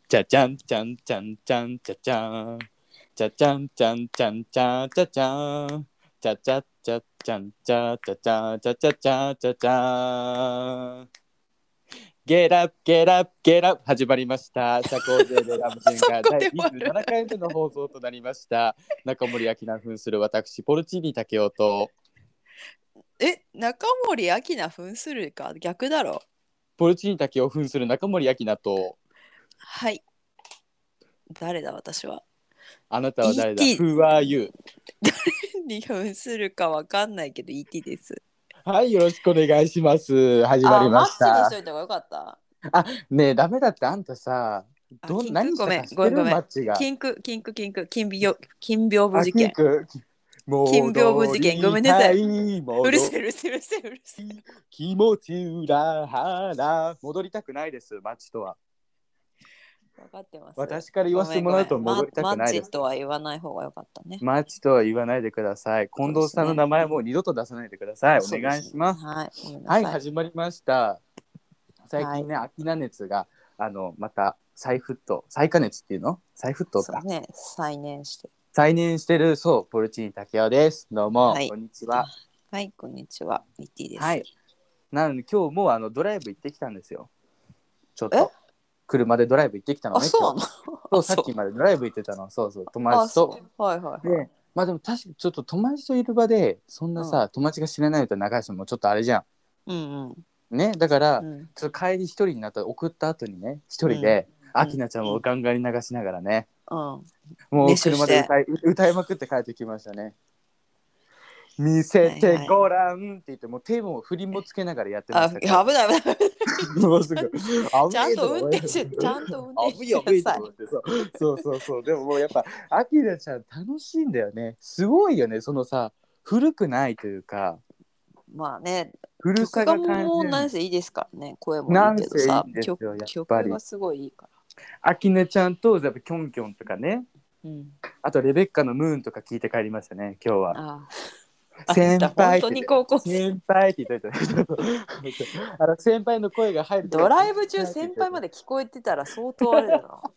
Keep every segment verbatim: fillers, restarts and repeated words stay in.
じゃじゃんじゃんじゃんじゃんじゃじゃんじゃじゃんじゃんじゃんじゃんじゃじゃんじゃじゃじゃじゃんじゃじゃじゃじゃじゃじゃじゃじゃんゲラップゲラップゲラップ始まりました。社交税でラムジンがだいにじゅうななかいめの放送となりました。中森明菜扮する私ポルチーニ竹雄とえ中森明菜扮するか逆だろ。 ポルチーニ竹雄扮する中森明菜とはい誰だ私は。 あなたは誰だイーティー Who are you に扮するかわかんないけど イーティー です。 はいよろしくお願いします。始まりましあマッチにた。 しといた方がよかった。 あねえダメだってあんたさどキンク何しごめんたか知ってるごめんごめんマッチがキンクキンクキンク金屏金屏風あ事件キンク金屏風事件ごめんなさい。 戻うるせえうるせえうるせえうるせえ気持ち裏腹戻りたくないですマッチとは。 分かってます。 私から言わせてもらうと戻りたくないです。 マッチとは言わない方がよかったね。 マッチとは言わないでください。近藤さんの名前もう二度と出さないでください。お願いします。 はい、 はい、始まりました。最近ね、 はい、 秋菜熱があのまた再沸騰、再加熱っていうの？再沸騰か。 そうね、再燃して。 再燃してるそうポルチーニ竹雄です。どうも、はい、こんにちは。 はい、こんにちは。イティです。 はい。なので今日もあのドライブ行ってきたんですよ。ちょっと。車でドライブ行ってきたのね。 あ、そうなの？ そう、さっきまでドライブ行ってたの。そうそう、友達と。 はいはいはい。 で、まあでも確かにちょっと友達といる場で、そんなさ、うん、友達が知らないと流してもちょっとあれじゃん。 うんうん。 ね、だから、 うん、 ちょっと帰り一人になったら送った後にね、一人で、あきなちゃんをガンガンに流しながらね。うん。もう車で歌い、歌いまくって帰ってきましたね。見せてごらんって言って、もう手も振りもつけながらやってましたから。 あ、危ない危ないもうすぐちゃんと運転してちゃんと運転してください。 そうそうそう。でももうやっぱあきなちゃん楽しいんだよね。すごいよね。そのさ古くないというか。 まあね。 古さが感じる。 もうなんせいいですからね。声もいいけどさ。 いいですよやっぱり。 曲がすごいいいから。 あきなちゃんとやっぱキョンキョンとかね。うん、あとレベッカのムーンとか聞いて帰りましたね今日は。ああ先輩って先輩って言っといたあの先輩の声が入る。 ドライブ中先輩まで聞こえてたら相当あれだな。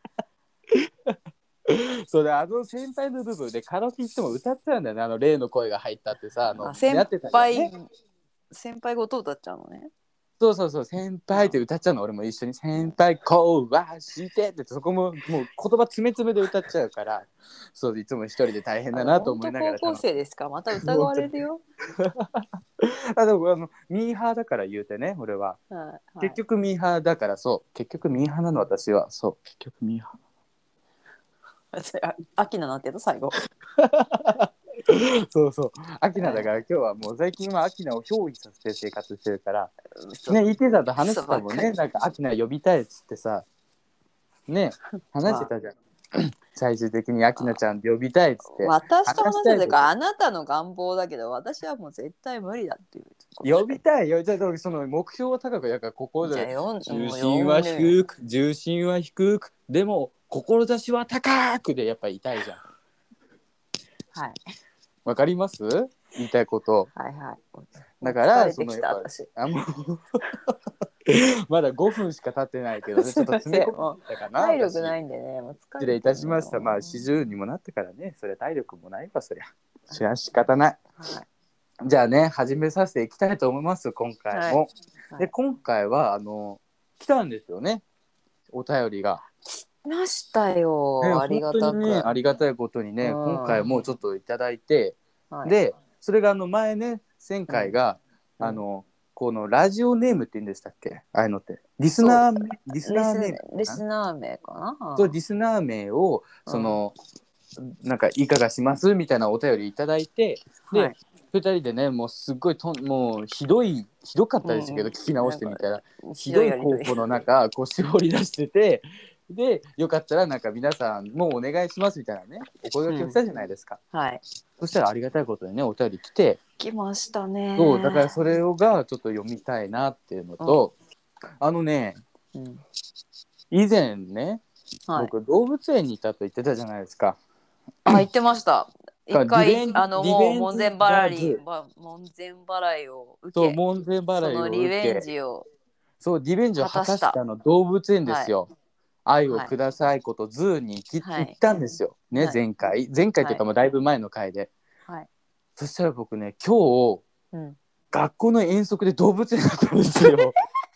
そうだ、あの先輩の部分でカラオケ行っても歌ってたんだよね。あの例の声が入ったってさ、あのあ先輩、ね、先輩ごと歌っちゃうのね。 そうそうそう、先輩って歌っちゃうの。俺も一緒に先輩こうはしてって、そこももう言葉詰め詰めで歌っちゃうから、そういつも一人で大変だなと思いながら。 高校生ですか？また疑われるよ。 あでもあのミーハーだから言うてね、俺は、はいはい、結局ミーハーだからそう結局ミーハーなの私はそう結局ミーハー。アキナなんての最後。 そうそうアキナだから今日はもう最近はアキナを憑依させて生活してるからね。イテさんと話してたもんね。なんかアキナ呼びたいっつってさね話してたじゃん、まあ、最終的にアキナちゃん呼びたいっつって私と話してたからあなたの願望だけど私はもう絶対無理だっていう呼びたいよ。じゃあその目標は高くやからここで重心は低く重心は低くでも志は高くでやっぱりいたいじゃん。 はいわかります言いたいこと。 はいはい。 だからそのやっぱあもうまだごふんしか経ってないけどね。ちょっと詰め込んだかな。 体力ないんでね。もう疲れてる。 失礼いたしました。まあよんじゅうにもなってからね。それ体力もないわそりゃ。そりゃ仕方ない。はい、じゃあね始めさせていきたいと思います今回も。はいはい、で今回はあの来たんですよね。お便りが。 ましたよ、ね、ありがたく、 ね、ありがたいことにね、うん、今回もちょっといただいて、はい、でそれがあの前ね前回が、うん、あのこのラジオネームって言うんでしたっけああいうのってリスナー名リスナー名リスナー名かなそうリスナー名をその、うん、なんかいかがしますみたいなお便りいただいて、で、はい、ふたりでねもうすっごいともうひどいひどかったでしたけど、うん、聞き直してみたらひどい候補の中こう絞り出しててでよかったらなんか皆さんもうお願いしますみたいなねお声掛けをしたじゃないですか、うん、はい。そしたらありがたいことでねお便り来て来ましたね。 そうだからそれをがちょっと読みたいなっていうのと、うん、あのね、うん、以前ね、はい、僕動物園にいたと言ってたじゃないですか。 あ言ってました一回あのもう門前払い門前払いを受けそう門前払いを受けそのリベンジをそうリベンジを果たしたの動物園ですよ、はい愛をくださいことズーに行き、 はい行ったんですよ、ね、 はい前回前回というかもうだいぶ前の回で、 はい。 そしたら僕ね今日うん。 学校の遠足で動物園だったんですよ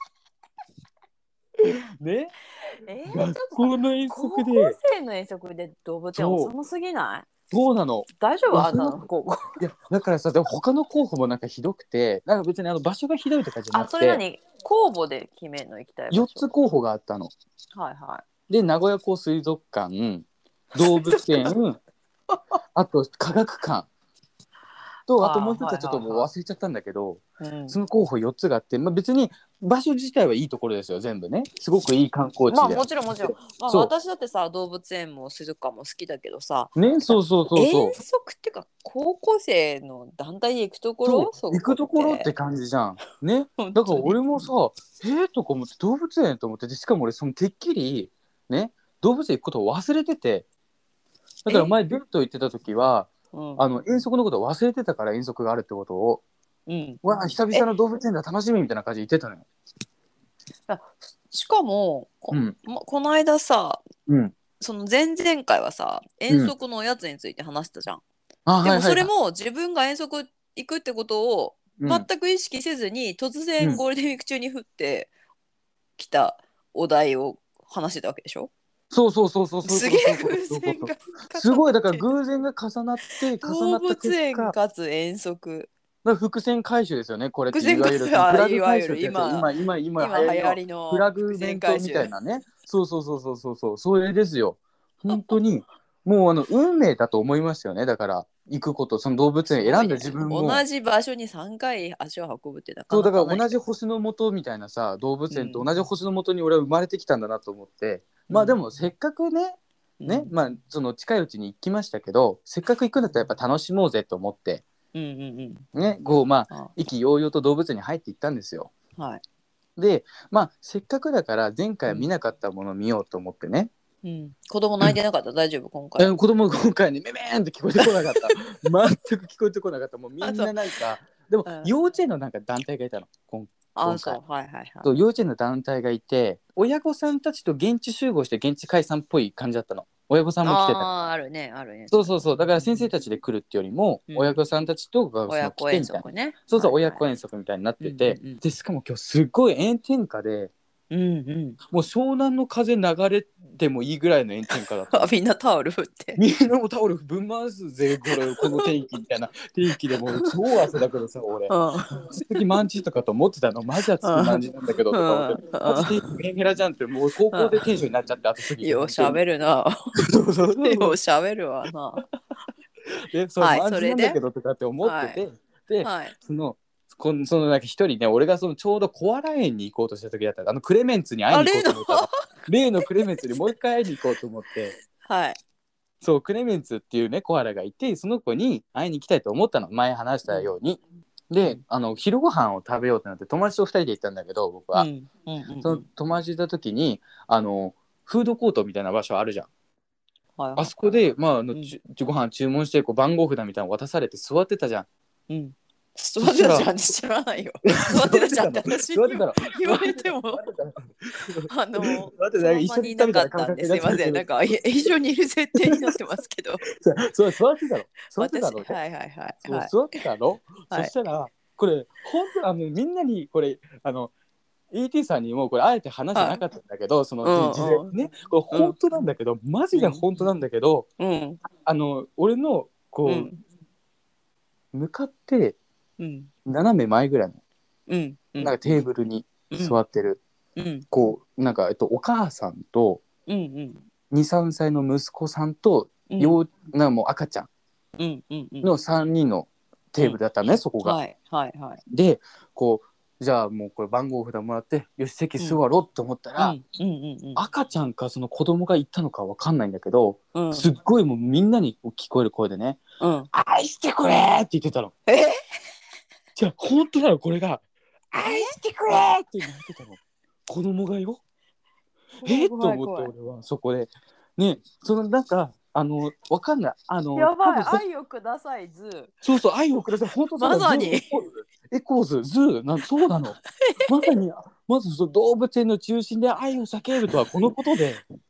ね、 えー、 学校の遠高校足で生の遠足で動物園そう幼すぎない？ そうなの。 大丈夫？あんなそのの高校。 いやだからさでも他の候補もなんかひどくてなんか別にあの場所がひどいとかじゃなあ、 くてそれ何？公募で決めるの行きたい場所。 よっつ候補があったの。 はいはで名古屋港水族館、動物園あと科学館とあともう一つはちょっともう忘れちゃったんだけど、 い。うん。 その候補よっつがあって、まあ、別に場所自体はいいところですよ全部ねすごくいい観光地で、 まあもちろんもちろん、まあ、 そう私だってさ動物園も水族館も好きだけどさ、 ねそうそうそうそう遠足っていうか高校生の団体で行くところ、 そう行くところって感じじゃんねだから俺もさえー、とか思って動物園と思ってでしかも俺そのてっきりね動物園行くことを忘れててだから前デート行ってた時はうん、 あの遠足のことを忘れてたから遠足があるってことを、 うん、 わあ久々の動物園だ楽しみみたいな感じで言ってたのよ。 しかもこ,、 うんま、この間さうんその前々回はさ遠足のおやつについて話したじゃん、 あでもそれはいはいも自分が遠足行くってことをうん全く意識せずに突うん然ゴールデンウィーク中に降ってきたお題を話してたわけでしょ。 そうそうそうそうそうすげえそう偶然がすごいだから偶然が重なって重な動った結物園果かつ遠足だから伏線回収ですよねこれって伏線いわゆる回収フラグいわゆる回収ってやつ今今今今今流行りのフラグメントみたいなねそうそうそうそうそうそうそれですよ本当にもうあの運命だと思いましたよねだから行くことその動物園選んだ自分も、 ね、同じ場所にさんかい足を運ぶってなかそうなかないだから同じ星の下みたいなさ動物園と同じ星の下に俺は生まれてきたんだなと思って、うん、まあでもせっかくね、うん、ねまあその近いうちに行きましたけどせっかく行くんだったらやっぱ楽しもうぜと思って、うんうんうん、ねこうまあ意気揚々と動物園に入っていったんですよ。 はい、 でまあせっかくだから前回見なかったものを見ようと思ってね、 うん、子供泣いてなかった、うん、大丈夫今回。 え子供今回ねメメーンって聞こえてこなかった全く聞こえてこなかったもうみんななんかでも、うん、幼稚園のなんか団体がいたの今あそうはいはいはいそう幼稚園の団体がいて親御さんたちと現地集合して現地解散っぽい感じだったの親御さんも来てたああるねあるねそうそうそうだから先生たちで来るってよりも、うん、親御さんたちとが親子遠足ねそうそう、はいはい、親子遠足みたいになってて、うんうんうん、でしかも今日すっごい炎天下でうんうん、もう湘南の風流れてもいいぐらいの炎天下だったみんなタオル振ってみんなもタオルぶん回すぜこれこの天気みたいな天気でもう超汗だけどさ俺次マンチとかと思ってたのマジは次マンチなんだけどとか思ってマジ天気ヘンヘラじゃんってもう高校でテンションになっちゃって後すぎてようしゃべるなようしゃべるわなでそう、はい、マンチなんだけどとかって思ってて、はい、で、はい、そのこのそのなんか一人ね俺がそのちょうどコアラ園に行こうとした時だったあのクレメンツに会いに行こうと思った例のクレメンツにもう一回会いに行こうと思ってはいそうクレメンツっていうねコアラがいてその子に会いに行きたいと思ったの前話したように、うん、であの昼ご飯を食べようってなって友達とふたりで行ったんだけど僕は、うんうんうんうん、その友達と行った時にあのフードコートみたいな場所あるじゃん、はいはい、あそこで、まあ、あの、うん、ご飯注文してこう番号札みたいなの渡されて座ってたじゃん、うん座ってたじゃん知らないよ座ってたじゃんって私言われてもあのその場にいなかったんですいませんなんか一緒にいる設定になってますけどそう座ってたの座ってたの、 はいはいはい、 はい、座ってたの、はい、そしたらこれ本当あのみんなにこれあの イーティー さんにもこれあえて話してなかったんだけど、はい、その事前にね、これ本当なんだけど、うん、マジで本当なんだけど、うん、あの俺のこう、うん、向かってうん、斜め前ぐらいの、うんうん、なんかテーブルに座ってる、うん、こうなんか、えっと、お母さんと、うんうん、にさんさいの息子さんと、うん、よなんかもう赤ちゃんのさんにんのテーブルだったね、うん、そこが、はいはいはい、でこうじゃあもうこれ番号札もらってよし席座ろうと思ったら、うんうんうんうん、赤ちゃんかその子供が行ったのか分かんないんだけど、うん、すっごいもうみんなに聞こえる声でね、うん、愛してくれって言ってたの。えじゃあ本当なのこれが愛してくれって言ってたの子供がよえっと思って俺はそこでねそのなんかあのわかんないあのやばい愛をくださいズーそうそう愛をください本当まさにエコーズズーなんそうなのまさにまずその動物園の中心で愛を叫ぶとはこのことで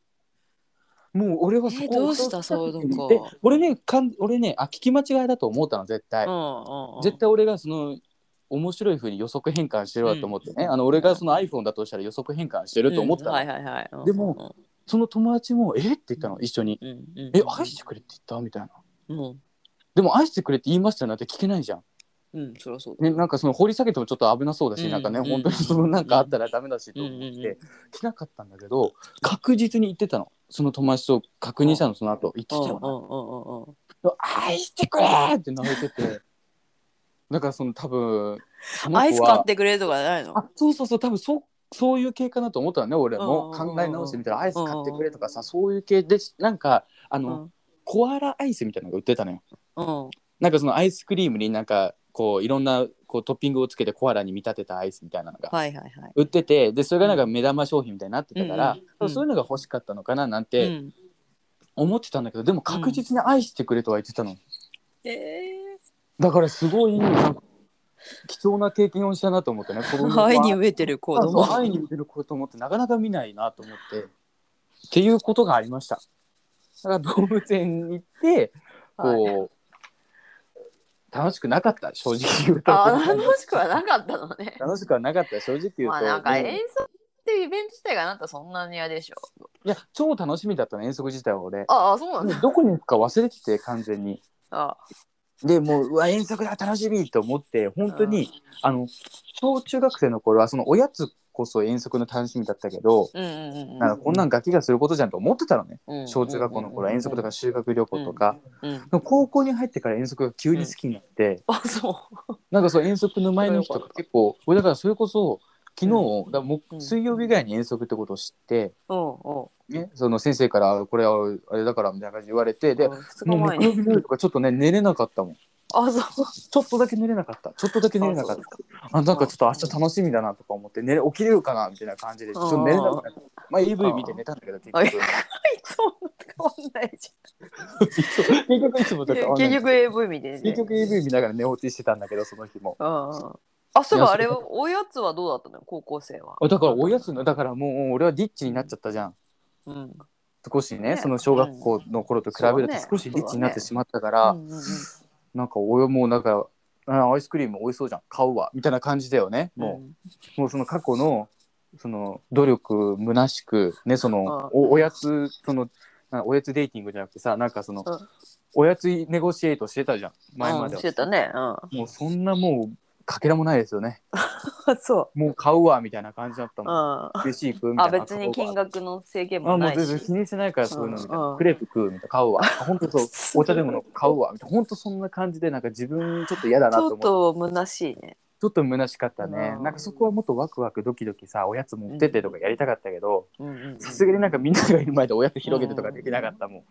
もう俺はそこえーどうしたそうなんかで俺ねかん俺ねあ聞き間違いだと思ったの絶対、 うんうんうん、 絶対俺がその面白い風に予測変換してるわと思ってね、 うん、 あの俺がその iPhone だとしたら予測変換してると思ったの、 うん、はいはいはい、うん、 でも、その友達もえって言ったの一緒に、 うんうんうん、 え愛してくれって言ったみたいな、 うん、 でも愛してくれって言いましたなんて聞けないじゃん、 うん、そりゃそうだ、 ね、なんかその掘り下げてもちょっと危なそうだし、 うん、 なんかね、 うん、 本当にそのなんかあったらダメだしと思ってうんうんうん来なかったんだけど、確実に言ってたの、その友達と確認したの、その後言ってたよな、 うんうんうんうん、 愛してくれーって泣いててだからその多分その子はアイス買ってくれとかじゃないの？ あそうそうそう多分そうそういう系かなと思ったのね、俺もうんうんうんうん考え直してみたらアイス買ってくれとかさ、そういう系でなんかあの、 うんコアラアイスみたいなのが売ってたのよ、 うんなんかそのアイスクリームになんかこういろんなこうトッピングをつけてコアラに見立てたアイスみたいなのがはいはいはい、 売ってて、でそれがなんか目玉商品みたいになってたから、 うんうんうん、 そういうのが欲しかったのかななんうてん、 思ってたんだけど、でも確実に愛してくれとは言ってたの、 えだからすごいなんか貴重な経験をしたなと思ってね、子供ー、 は愛に飢えてる子供、 愛に見てる子供ってなかなか見ないなと思ってっていうことがありました。だから動物園に行ってこう、はい、楽しくなかった正直言うと。 あ、楽しくはなかったのね。 楽しくはなかった正直言うと。 まあなんか遠足ってイベント自体があなたそんなに嫌でしょ。 いや超楽しみだったの遠足自体は俺。 ああそうなんだ。 どこに行くか忘れてて完全に。 ああでもううわ遠足だ楽しみと思って本当にあの小中学生の頃はそのおやつこそ遠足の楽しみだったけど、 うんうんうんうん、 なんかこんなんガキがすることじゃんと思ってたのね、 うん、 小中学校の頃は遠足とか修学旅行とか、 うんうん、 高校に入ってから遠足が急に好きになって、 うん、あそうなんかそう遠足の前の日とか結構俺だからそれこそ昨日、うん、だもう水曜日ぐらいに遠足ってことを知って、 うんうんね、その先生からこれはあれだからみたいな感じで言われて、で、 うん、ふつかまえにもう木曜日の夜とかちょっとね寝れなかったもん。 あそうちょっとだけ寝れなかったちょっとだけ寝れなかったあなんかちょっと明日楽しみだなとか思って、寝起きれるかなみたいな感じでちょっと寝れなかった。まあ イーブイ 見て寝たんだけど結局いつも変わんないじゃん結局いつもと変わんない。 結局 エーブイ 見て、ね、 結局 エーブイ 見ながら寝落ちしてたんだけどその日も。 ああそういえばあれおやつはどうだったのよ高校生は。 だからおやつのだからもう俺はディッチになっちゃったじゃん、うん、少し ね, ねその小学校の頃と比べると少しディッチになってしまったから、ねねうんうんうん、なんか俺もなんかアイスクリーム美味しそうじゃん買うわみたいな感じだよねもう、うん、もうその過去のその努力虚しくねその お, おやつそのおやつデーティングじゃなくてさなんかその、うん、おやつネゴシエイトしてたじゃん前までは、 うん、してたね、うん、 もうそんなもうかけらもないですよねそうもう買うわみたいな感じだったもん、うん、嬉しい食うみたいな。 あ別に金額の制限もないし、 あもう全然気にしてないからそういうのみたいな、うん、クレープ食うみたいな買うわ本当そうお茶でもの買うわみたいな本当そんな感じでなんか自分ちょっと嫌だなと思ってちょっと虚しいねちょっと虚しかったね、うん、なんかそこはもっとワクワクドキドキさおやつ持ってってとかやりたかったけどさすがになんかみんながいる前でおやつ広げてとかできなかったもん、うん、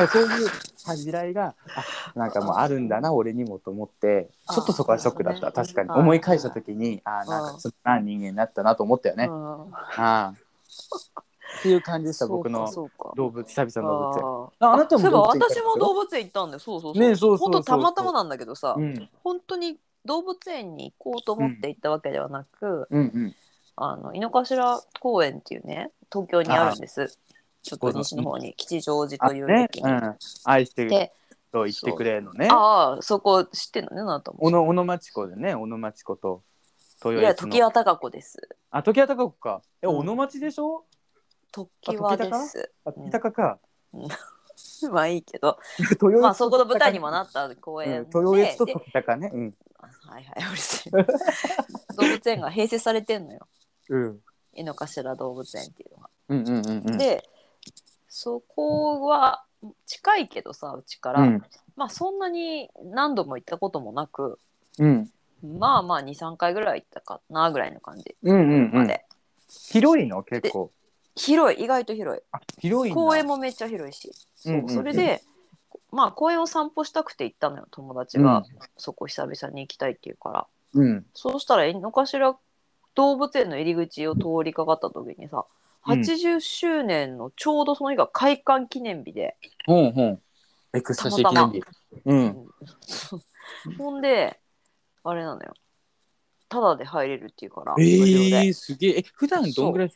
そういう恥じらいがあなんかもうあるんだな俺にもと思ってちょっとそこはショックだった、ね、確かに思い返した時にあなんかちょっとな人間になったなと思ったよねあっていう感じでした僕の動物久々の動物園。ああなたも動物園行ったんですよ。 私も動物園行ったんだよ。そうそうそう。 ねそうそうそうそう。 本当たまたまなんだけどさ、 うん、 本当に動物園に行こうと思って行ったわけではなく、 うんうんうん、 あの井の頭公園っていうね東京にあるんです。ちょっと西の方に吉祥寺という駅に、ねうん、 愛してると言ってくれのね。 ああそこ知ってんのねなと思って。 小野町子でね小野町子と豊洲の。いや常盤貴子です。 あ常盤貴子か。え、うん、小野町でしょ。 常盤です。 あ時高か。 うんまあいいけどまあそこの舞台にもなった公園で、 うん、豊洲と時高ね、うん、 はいはいうるせえ動物園が併設されてんのよ、うん、井の頭動物園っていうのが、 うんうんうんうん、 でそこは近いけどさうちから、うん、まあそんなに何度も行ったこともなく、うん、まあまあ に,さん 回ぐらい行ったかなぐらいの感じ、 うんうんうん、広いの結構広い意外と広い。 あ広いな。 公園もめっちゃ広いし、そう、うんうんうん、それでまあ公園を散歩したくて行ったのよ友達が、うん、そこ久々に行きたいって言うから、うん、そうしたら井の頭動物園の入り口を通りかかった時にさ、うん、はちじゅっしゅうねんのちょうどその日が開館記念日で、 うんうん、エクスタシー記念日、うん、 ほんであれなのよタダで入れるっていうから、 えー、すげえ。え普段どんぐらいするの？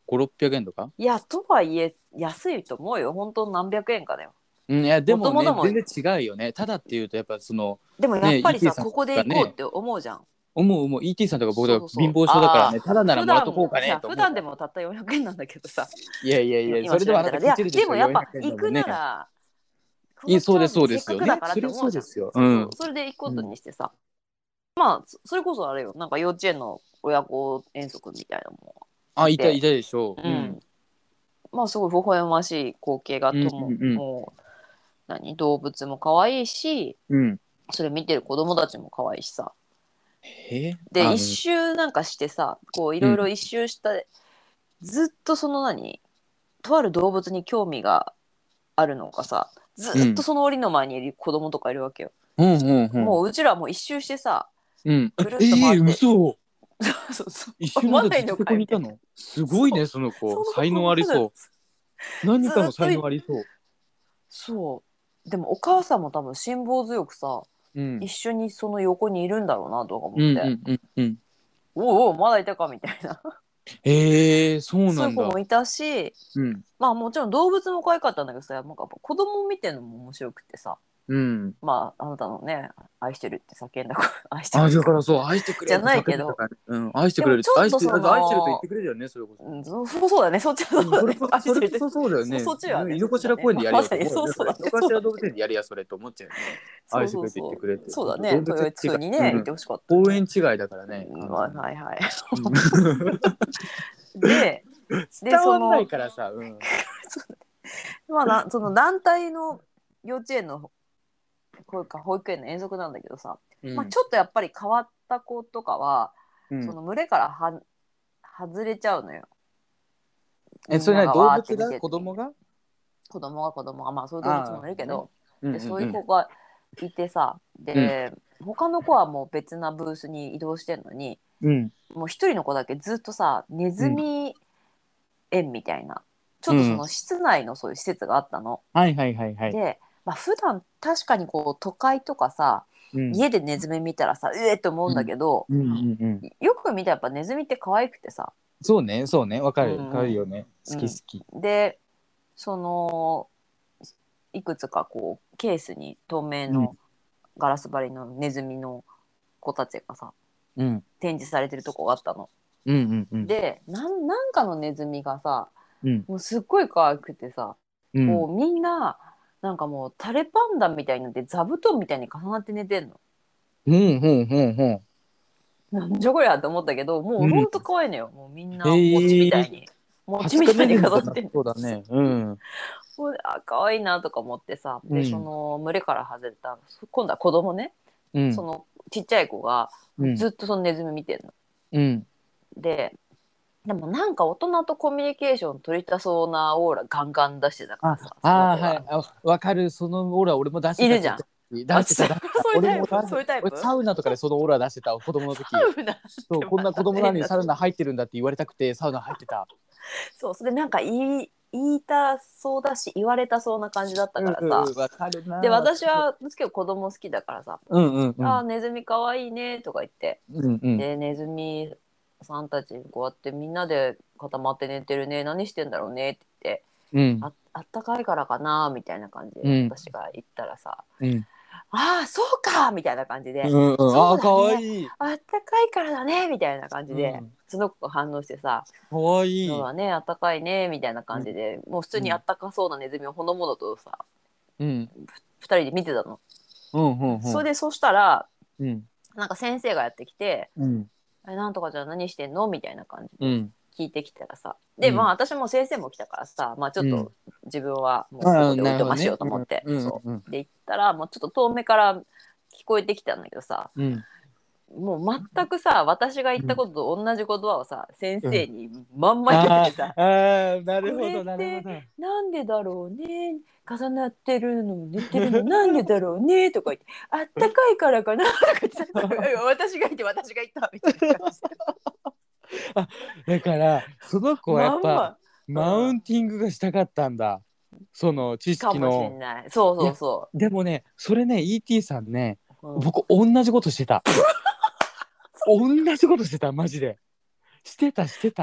ご、ろっぴゃくえんとか。 いやとはいえ安いと思うよ。本当何百円かだよ。 うん、いやでもね元々も全然違うよね。ただっていうとやっぱそのでもやっねぱりイーティーさ、 さんここでがね行こうって思うじゃん。 思う思う イーティー さんとか僕らそうそうそう。 貧乏症だからね、ただなら普もらっとこう段さかねと思うから。 普段でもたったよんひゃくえんなんだけどさ。 いやいやいや、 今それでもあなた調べたら、いやケチるでしょ。 でもやっぱよんひゃくえん行くでもね。 ならこいやそうですそうのチャンスですよね。 せっかくだからっそれはて思じゃん。 そううですよ。 そううそんう。それで行くことにしてさ、まあそそれこそあれよ、なんか幼稚園の親子遠足みたいなのもあ、いたいで、 たでしょう。 うん、まあすごい微笑ましい光景がうんとも、 うんうんもう何動物も可愛いし、 うん。 それ見てる子供たちも可愛いしさ。 えで一あうん周なんかしてさ、こういうんろいろ一周した、ずっとその何とある動物に興味があるのかさ、ずっとその檻の前にいる子供とかいるわけよ。 うんうんうんもううちらもう一周してさ、 うん。 ぐるええっと回って、 嘘。 そうそう一緒のまだい間ずっとそんのかいみたいな。 こにいたの。すごいねその子。 その才能ありそう。何かの才ずっとい能ありそう。 そうでもお母さんも多分辛抱強くさ、 うん一緒にその横にいるんだろうなとか思って、 うんうんうんうん。 おうおうまだいたかみたいな。 ええそうなんだ。 そういう子もいたし、 うんまあもちろん動物も可愛かったんだけどさ、なんかやっぱ子供見てるのも面白くてさ、 うんまああなたのね愛してるって叫んだ子愛してあ、 るだからそう、愛してくれじゃってないけど、 叫んでたからね。うん、愛してでくれる。 もちょっとそ愛してる、愛してると言っのてくれるよね、それこそ。 うん、そうそうだね、そっちはそうだね。 うんそれこそ、それこそそうだよね。 そそっちはね。 井の頭そっちだね公園でやりようとまさに思うよね。 そうそうだね。 井の頭動物園でやりや、それと思っちゃうよね。 そう愛してくれて言っそうそう。 てくれって。 そうだね。 動物豊違い。 洲にね、 うん行ってほしかったね。 公園違いだからね。 うん完はいはい。 全にで、で、 伝そのわんない、からさ。うん。 まあな、その団体の幼稚園の、こういうか保育園の遠足なんだけどさ、 うんまあちょっとやっぱり変わった子とかは、 うんその群れからは外れちゃうのよ。 え、それなみんながわーに動物がって見てて子供が子供が子供がまあそういう動物もいるけど、 うんでそういう子がいてさ、で、他の子はもう別なブースに移動してんのに、 うんもう一人の子だけずっとさネズミ園みたいな、ちょっとその室内のそういう施設があったの、 はいはいはいはい。 で、まあ普段確かにこう都会とかさ、 うん家でネズミ見たらさうえって思うんだけど、 うんうんうんよく見たらやっぱネズミって可愛くてさ、 そうね、そうね、わかる、 うんわかるよね。好き好き。 でそのいくつかこうケースに透明のガラス張りのネズミの子たちがさうん展示されてるとこがあったの。 うんうんうん。 でなん、なんかのネズミがさ、 うんもうすっごい可愛くてさ、 うんこうみんななんかもうタレパンダみたいになって座布団みたいに重なって寝てんの。 うんうんうんうん。 なんじゃこりゃって思ったけど、もうほんと可愛いのよ。もうみんなへー餅みたいに、餅みたいに飾ってんの。 そうだね。うん。 もうあ可愛いなとか思ってさ、で、 うんその群れから外れた今度は子供ね、 うん。 そのちっちゃい子がうんずっとそのネズミ見てんの。 うん。 ででもなんか大人とコミュニケーション取りたそうなオーラガンガン出してたからさ。 ああ、はい。あ、わかる。そのオーラ俺も出してた。 いるじゃん。 出してた。出してた。 そういうタイプ俺もそういうタイプ俺サウナとかでそのオーラ出してた子供の時。 サウナそうこんな子供なのにサウナ入ってるんだって言われたくてサウナ入ってた。 そうそれでなんか言い言いたそうだし言われたそうな感じだったからさ、 うんうん、わかるな。 で私は結構子供好きだからさ、 うんうんうん、 あネズミかわいいねとか言って、 うんうん、 でネズミさんたちこうやってみんなで固まって寝てるね、何してんだろうねって言って、 うん、 あ, あったかいからかなみたいな感じで私が言ったらさ、 うん、 ああそうかみたいな感じで、 うんうん、ああかわいい、 あったかいからだねみたいな感じで、うん、その子が反応してさ、 かわいい、 そうだねあったかいねみたいな感じで、うん、もう普通にあったかそうなネズミをほのぼのとさ、うん、ふたりで見てたの、うんうんうん、それでそしたら、うん、なんか先生がやってきて、うん、えなんとかじゃあ何してんのみたいな感じで聞いてきたらさ、うん、でまあ私も先生も来たからさ、まあちょっと自分はもうここでおいとましようと思って、うん、そうで行ったらもうちょっと遠目から聞こえてきたんだけどさ、うん、もう全くさ私が言ったことと同じ言葉をさ、うん、先生にまんま言っててさ、 うん、ああなるほどなるほど、 なんでだろうね重なってるの寝てるのなんでだろうねとか言ってあったかいからかなとか言って私が言って私が言ったみたいな感じあだからその子はやっぱ、まんま、マウンティングがしたかったんだ、その知識のかもしれない。そうそうそうでもねそれね イーティー さんね、うん、僕同じことしてた同じことしてたマジでしてたしてた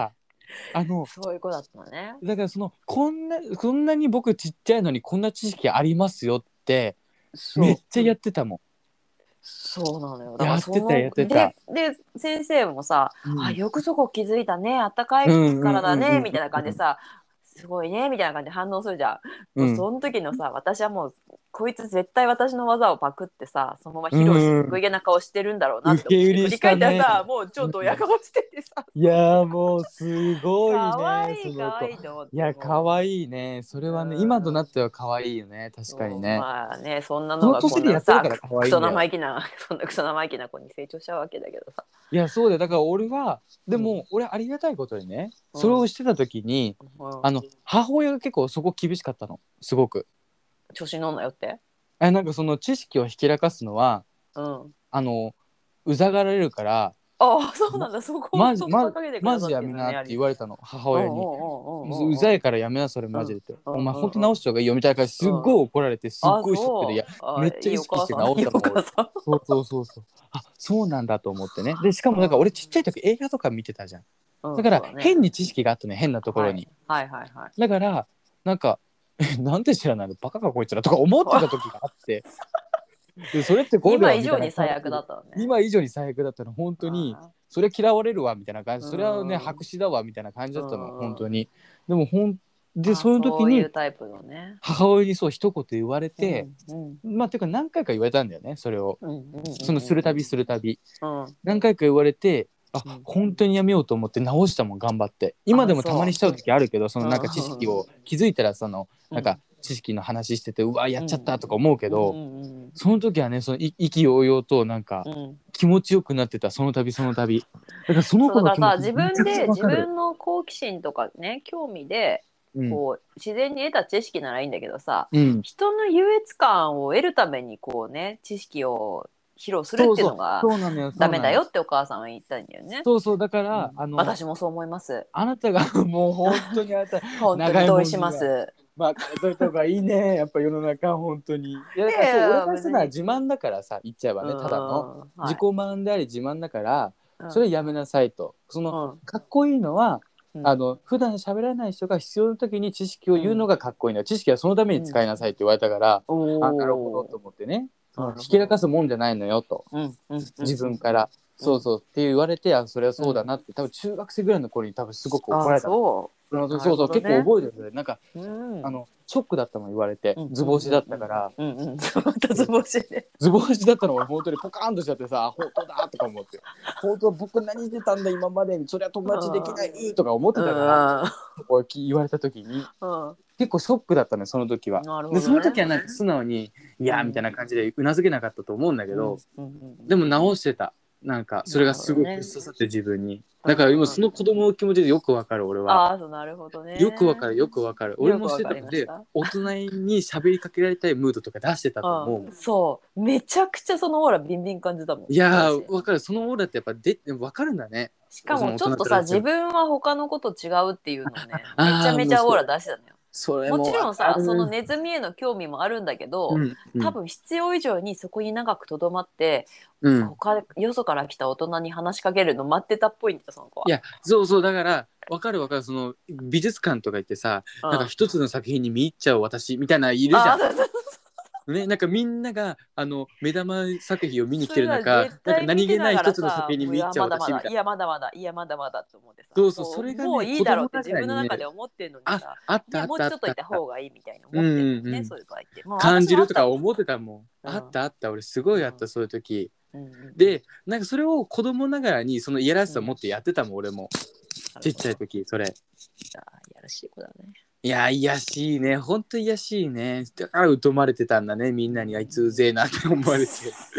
あのそういう子だったのね。 だからそのこんなこんなに僕ちっちゃいのにこんな知識ありますよってめっそう。 ちゃやってたもん。 そうなのよ。だかやらそのってたやってた。 でで先生もさ、あ、 うん、 よくそこ気づいたね、あったかいうんうんからだうんうんねみたいな感じでさ、すごいねみたいな感じで反応するじゃん。もううんその時のさ、私はもうこいつ絶対私の技をパクってさ、そのままう披露してん。 得意げな顔してるんだろうなって思っ受け売りて振り返したね。 ったらさ、もう超ドヤ顔しててさ、 いやーもうすごいかわねいいかその子。 わいいと思っいや可ても愛いね。それう、 はね今となうん、 っては可愛いよね。確かにそうね。 まあね、そんなそののがこん年でやってるなさ、くから可愛クソいんだよ。 生意気な、そんなクソ生意気な子に成長しちゃうわけだけどさ。 いやそうだよ。だから俺はでうんも俺ありがたいことにねそれうんをしてた時にうん、 あの母親が結構そこ厳しかったのすごく。 調子乗んなよって。 えなんかその知識をひけらかすのはうん。 あのうざがられるからああ、そうなんだ。そこをそっマジマぱかけてくだマジやさってるのね、 めなってアリス。 言われたの母うんう親に。 んうんうんうんうん。 うざいからやめなそれうんうんマジでって。 うんお前ほんとうん。 直した方がいいよみたいな感じですっごいうん。 怒られてすっあ、 ごいショックでいやそう。あ、 めっちゃいい意識してお母さん、いいお直したの俺。 母さん。 そうそうそうそう。あそうなんだと思ってね。でしかもなんかうん。 俺ちっちゃい時映画とか見てたじゃん。 うん、 だからそうだね。 変に知識があったね変なところはい。 に。 はいはいはい。 だからなんかなんで知らないのバカかこいつらとか思ってた時があってでそれってこれ今はみたいな以上に最感じで悪だったのね。 今以上に最悪だったの本当に。 あそれ嫌われるわみたいな感あ、 じそれはねうん。 白紙だわみたいな感じうだったのんうん。 本当に。でもほんであ、 その時そういにうタイプのね。 母親にそう一言言われうて、 んうんまあていうか何回か言われたんだよねそれを。 うんうんそのするたびするたびうんうん。 何回か言われてあうん。 本当にやめようと思って直したもん頑張って。今であ、 もたまにしそちゃう時あるけどそのう。うなんか知識んを気づいたらそのうん。 なんか知識の話しててうわやっちゃっうんたとか思うけうんうどんうんその時はねそのい意気揚々となんかうん。 気持ちよくなってたその度その度。だからそのそうだからさ、 子の気持ち自めちゃくちゃ分で自わかる。 分の好奇心とかね、興味でうんこう自然に得た知識ならいいんだけどさ、 うん人の優越感を得るためにこうね、知識を披露するっていうそうそうのがそうなのよダそうなの。 メだよってお母さんは言ったんだよね。 そうそうだかうん、 らあの私もそう思います。 あなたがもう本当にあなた本当に長い同意しもんにはます。 まあ変えといた方がいいねやっぱ世の中本当に。いやだからいやいそう俺や別に、 からしたら自慢だからさ言っちゃえばうねただのん、 自己はい、 満であり自慢だからそれうんやめなさいと。そのうんかっこいいのはうんあの普段喋らない人が必要な時に知識を言うのがかっこいいのよ。知識はそのためにうん、 使いなさいって言われたからおあなるほどとお、 思ってねそなのひるほどね。 けらかすもんじゃないのよとうんうんうん自分からうん、 そうそうって言われてあそれはそうだなって多分中学生ぐらいの頃に多分すごく怒ああ、 られたの。 そそうう。なるそう結構ほどね。 覚えてるなんかうん。 あのショックだったもん言われてうん図星だったからうんうんうんうん。また図星で。 図星だったの俺本当にポカーンとしちゃってさ本当だとか思って本当僕何してたんだ今までそりゃ友達できないとか思ってたからこう言われた時にうんうん。 結構ショックだったねその時は。 なるほどね。 でその時はなんか素直にいやうんみたいな感じでうなずけなかったと思うんだけうんどうんうんでも直してたなんかそれがすごく刺さって自分にだから今そのうんうん。 子供の気持ちでよくわかる俺は。 ああ、そう、なるほどよくわかね。 るよくわかる俺もしよくわてたのでかりました。 大人に喋りかけられたいムードとか出してたと思うもん。 うん、そう。めちゃくちゃそのオーラビンビン感じたもん。 いや私。 ーわかるそのオーラってやっぱでわかるんだね。 しかもその大ちょっとさ、 人からしても自分は他の子と違うっていうのをね、めちゃああめちゃオーラもうそ出してたのよ。 それももわかちろんさ、そのる。 ネズミへの興味もあるんだけど、 うんうん多分必要以上にそこに長くとどまって、 うん他よそから来た大人に話しかけるの待ってたっぽいんだよ、その子は。 いやそうそうだからわかるわかるその美術館とか行ってさうん、 なんか一つの作品に見入っちゃう私みたいないるじゃあ、そうそうん。ね、なんかみんながあの目玉作品を見に来それがてる中絶なんか対見てな何気ないがらさ、 一つの作品にもういや、 見入っちゃうまだまだ、 私みたいな。 いや、まだまだ、いや、まだまだって思ってさ、 そうそうもう、 それがもうね子供いいだろうってながらにね自分の中で思ってるのにあさ、 あっいや、もうたあったあちょっといたったあった。 方がいいみたいなう思ってるのね、 んうんそういう場合って。もう感じるとか私もあったもん。 思ってたもん、 うん、 あったあった俺すごいあった、 うん、 そういう時うんうんでなんかそれを子供ながらにそのいやらしさをうん、 持ってやってたもん俺もちっちゃいなるほど。 時それ。 じゃあ、やらしい子だね。 いやいやしいねほんといやしいねだから疎まれてたんだねみんなにあいつうぜえなって思われて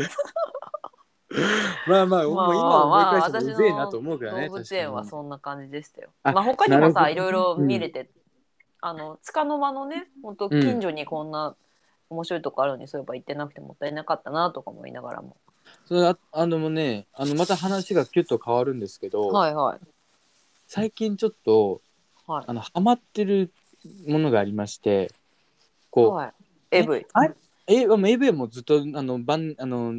まあまあまもう今あまあ、 思い返しても私うぜえなとの思うけどね動物園は確かに。 そんな感じでしたよ。 あまあ他にもさ、 なるほどねいろいろうん見れて、あの、束の間のね、本当うん近所にこんな面白いとこあるのにそういえば行ってなくてもったいなかったなとかも言いながらも。 それああのもねあのまた話がキュッと変わるんですけどはいはい。 最近ちょっとはい。 あのハマってるものがありましてこはい。 う、ね、 エーブイ。 あえあもう エーブイ もずっとあの番あの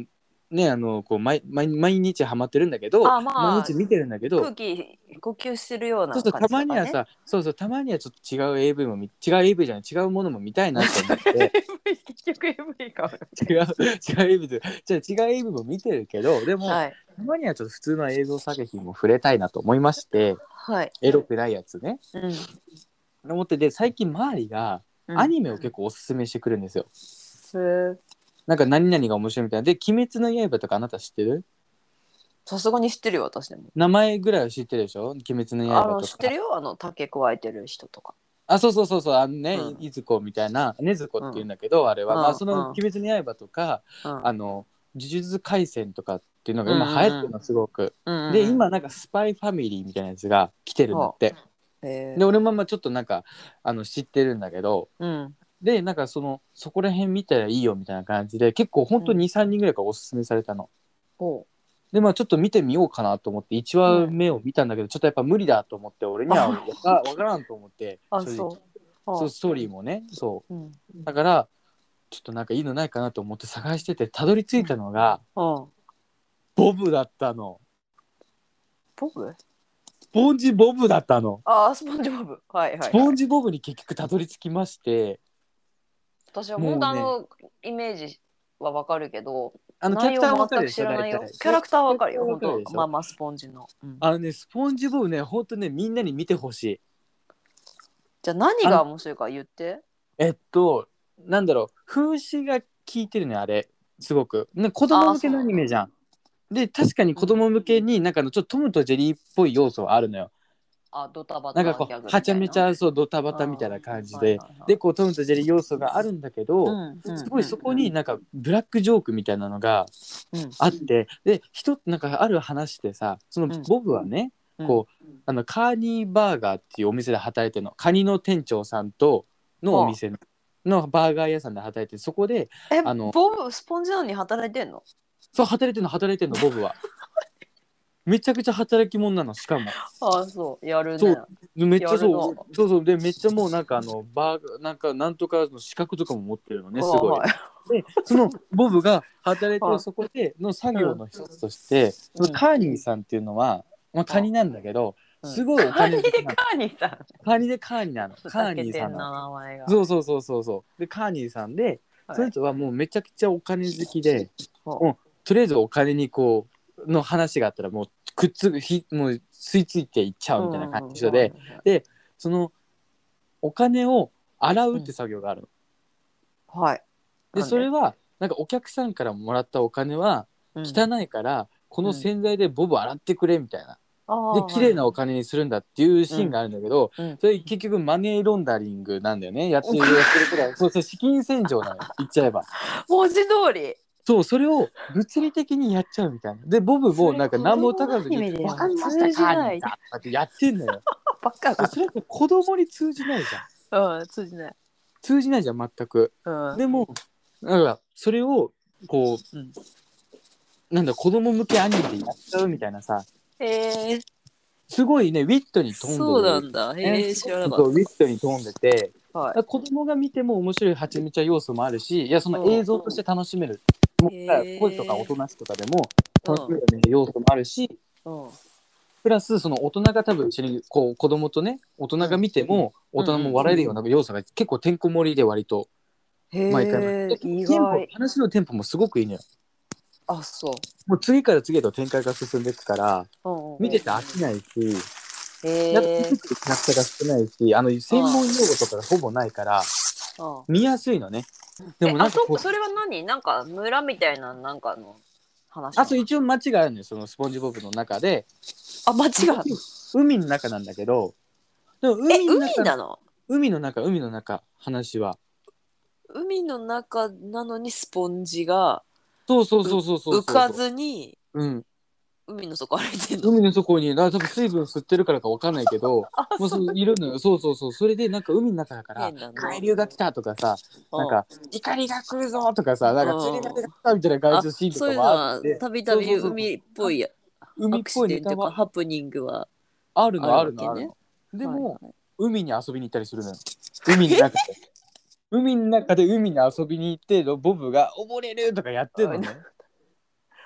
ね、あのこう 毎, 毎, 毎日ハマってるんだけど、 あ、まあ、 毎日見てるんだけど、 空気呼吸してるようなそうそう、た感じとかね。 まにはさ、そうそう、たまにはちょっと違う エーブイ も見、違う エーブイ じゃない、違うものも見たいなと思って、 エーブイ 結局 エーブイ か。 違う、違う エーブイ で、じゃあ違う エーブイ も見てるけど、でも、 はい。 たまにはちょっと普通の映像作品も触れたいなと思いまして、 はい。 エロくないやつね。 うん。 思ってて、最近周りがうんアニメを結構おすすめしてくるんですよ。 へえ。 なんか何々が面白いみたいな。で、鬼滅の刃とかあなた知ってる？ さすがに知ってるよ、私でも。 名前ぐらいは知ってるでしょ？鬼滅のあの、 刃とか。 知ってるよ、あの、竹加えてる人とか。 あ、そうそうそうそう、あのね、 うんいずこみたいな、ねずこっていうんだけど、あれは、まあ、 うんその、 うん鬼滅の刃とか、 うんあの、呪術廻戦とかっていうのがうん今流行ってるの、すごく。で、 うんうん。 今、なんか、スパイファミリーみたいなやつが来てるんだって。 へえ。 で、俺もまあちょっとなんか、あの、知ってるんだけど、 うん。 で、なんか、その、そこら辺見たらいいよみたいな感じで、結構、ほんとに、さんにんぐらいからおすすめされたの。 ほで、まあちょっと見てみようかなと思っていちわめを見たんだけど、ちょっとやっぱ無理だと思って、俺にはわかわからんと思って、 あ、 正直。 そう。 そう、ストーリーもね、そうん。 う。だから、ちょっとなんかいいのないかなと思って探してて、たどり着いたのが、 うん。 ボブだったの。 ボブ？ スポンジボブだったの。 あ、スポンジボブ。はいはい、はい。 スポンジボブに結局たどり着きまして、 私は本当あの、イメージはわかるけど、 あのキャラ内クターは容全くわかるでしょ、 知らないよ。 大体。 キャラクターはわかるよ、本キャラクターはわかるでしょ。 当まあまあ、スポンジの。うん、 あのね、スポンジボブね、ほんとね、みんなに見てほしい。 じゃあ何が面白いか言って。 えっと、なんだろう、風刺が効いてるね、あれ。すごく。ね、子供向けのアニメじゃん。で、確かに子供向けになんかのちょっとトムとジェリーっぽい要素はあるのよ。 あ、ドタバなんかこうタギャグみたいな。 はちゃめちゃそうドタバタみたいな感じで、 はいはいはい、 でこうトムとジェリー要素があるんだけど、 うんうん、 すごいそこになんかブラックジョークみたいなのがうんあって、で人なんかある話でさ、そのボブはね、 うん、 こうあのカーニーバーガーっていうお店で働いてるの、カニの店長さんとのお店のバーガー屋さんで働いて、そこでえあのボブスポンジなのに働いてんの？ そう働いてんの働いてんのボブはめちゃくちゃ働き者なの、しかも。 ああ、そうやるね。 そうめっちゃそうやるそうそうでめっちゃもうなんかあのバーなんかなんとかの資格とかも持ってるのね、すごい。 はい、 でそのボブが働いてるそこでの作業の一つとして、うん、そのカーニーさんっていうのは、まあ、カニなんだけど、うん、すごいお金好きなの。 カーニーさん。 カニでカーニーなの。カーニーさんなの。そうそうそうそうそうでカーニーさんで、はい、その人はもうめちゃくちゃお金好きで、もうとりあえずお金にこうの話があったらもうくっつくひもう吸い付いていっちゃうみたいな感じで、でそのお金を洗うって作業があるの、うん、はい。でそれはなんかお客さんからもらったお金は汚いから、うん、この洗剤でボブ洗ってくれみたいな、うん、で綺麗なお金にするんだっていうシーンがあるんだけど、うん、それ結局マネーロンダリングなんだよね、やってるやってるくらいそうそう資金洗浄なの言っちゃえば文字通り。 そう、それを物理的にやっちゃうみたいな。で、ボブもなんか何も高ずに、わかりましたかーとかってやってんのよ。 バカだ。 それって子供に通じないじゃん。うん、通じない。 通じないじゃん、全く。うん、でも、なんかそれを、こう、うん、なんだ、子供向けアニメでやっちゃうみたいなさ。 へー。 すごいね、ウィットに飛んでる。 そうなんだ。へー、知らなかった。 ウィットに飛んでて、はい、子供が見ても面白いはちみちゃ要素もあるし、いや、その映像として楽しめる。もう声とか音なしとかでも楽しめる、ね、要素もあるし、うん、プラスその大人が多分一緒にこう子供とね大人が見ても大人も笑えるような要素が結構てんこ盛りで割と毎回意外話のテンポもすごくいいのよ。 あ、そう。 もう次から次へと展開が進んでいくから、うんうん、見てて飽きないし、へやっぱ出てくるキャラクターが少ないし、あの専門用語とかがほぼないから、うん、見やすいのね。 でもなんか そ, それは何なんか村みたいななんかの話。 あ、そう一応町があるんです、そのスポンジボブの中で。 あ、町がある。 海の中なんだけど。 でも海の中、え、海なの？ 海の中、海の中、話は。 海の中なのにスポンジが。 そうそうそうそうそう。 浮かずに。 うん。 海の底歩いてんの？ 海の底に、多分水分吸ってるからか分かんないけど、もうそういるのよ。そうそうそう。それでなんか海の中だから海流が来たとかさ、なんか光が来るぞとかさ、なんか釣りが出たみたいな感じのシーンとかもあって、 たびたび海っぽい海っぽいネタはハプニングはあるのあるのあるの。でも海に遊びに行ったりするのよ。海の中で。海の中で海に遊びに行ってボブが溺れるとかやってるのね。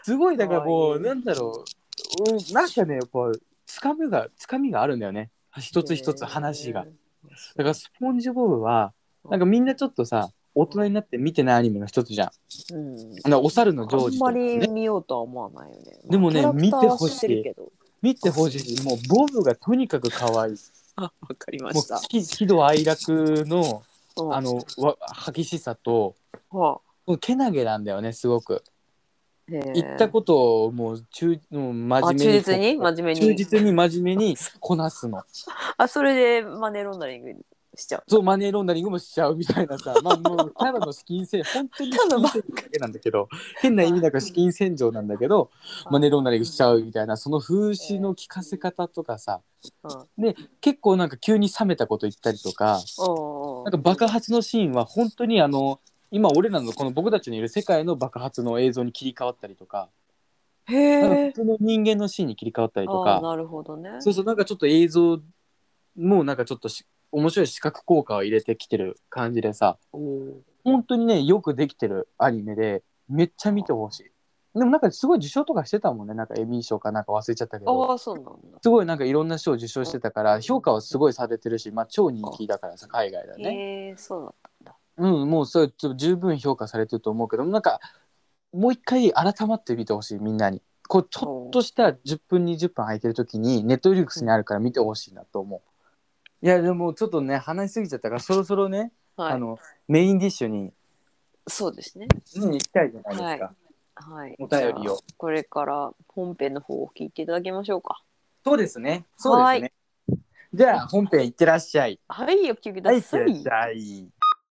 すごいだからもうかわいいなんだろう、うん、なんかねこうつかみがつかみがあるんだよね、一つ一つ話が。 へだからスポンジボブはーなんかみんなちょっとさ大人になって見てないアニメの一つじゃん。 うん、 あのお猿のジあョージんまりとかね。 見ようとは思わないよね。まあ、 でもねキャラクターは見てほしい知ってるけど。 見てほしい。もうボブがとにかく可愛い。 あ、わかりまもうした。 喜喜怒哀楽のうんあのわ激しさとはもうけなげなんだよねすごく。 あ、へ言ったえ。 ことをもう中もう真あ、 面目に忠実に真面目に。 忠実に真面目にこなすの。 あ、それでマネーロンダリングしちゃう。 そうマネーロンダリングもしちゃうみたいなさ、まあもうただの資金洗本当に資金洗浄だけなんだけど、変な意味だから資金洗浄なんだけど、マネーロンダリングしちゃうみたいな、その風刺の聞かせ方とかさ、 うん、 で結構なんか急に冷めたこと言ったりとか、 おなんか爆発のシーンは本当にあの今俺らのこの僕たちのいる世界の爆発の映像に切り替わったりとか、 へえ。 なんか普通の人間のシーンに切り替わったりとああ、 か、 なるほどね。 そうそうなんかちょっと映像もうなんかちょっとし面白い視覚効果を入れてきてる感じでさ、 おー本当にねよくできてるアニメでめっちゃ見てほしい。でもなんかすごい受賞とかしてたもんね、なんかエミー賞かなんか忘れちゃったけど、 ああ、そうなんだ。 すごいなんかいろんな賞を受賞してたから評価はすごいされてるし、まあ超人気だからさ海外だね。 へえ、そうだったんだ。 うん、もうそれちょっと十分評価されてると思うけど、なんかもう一回改まってみてほしいみんなに。こうちょっとしたじゅっぷんにじゅっぷん空いてる時にネットフリックスにあるから見てほしいなと思う。いやでもちょっとね話しすぎちゃったからそろそろね、 はい、 あのメインディッシュに、 そうですね。 うん、行きたいじゃないですはい。 か、 はい。 お便りを。 これから本編の方を聞いていただきましょうか。 そうですねそうですね。じゃあ本編行ってらっしゃい。 はい、お聞きくはい、いっださい。 てらっしゃい。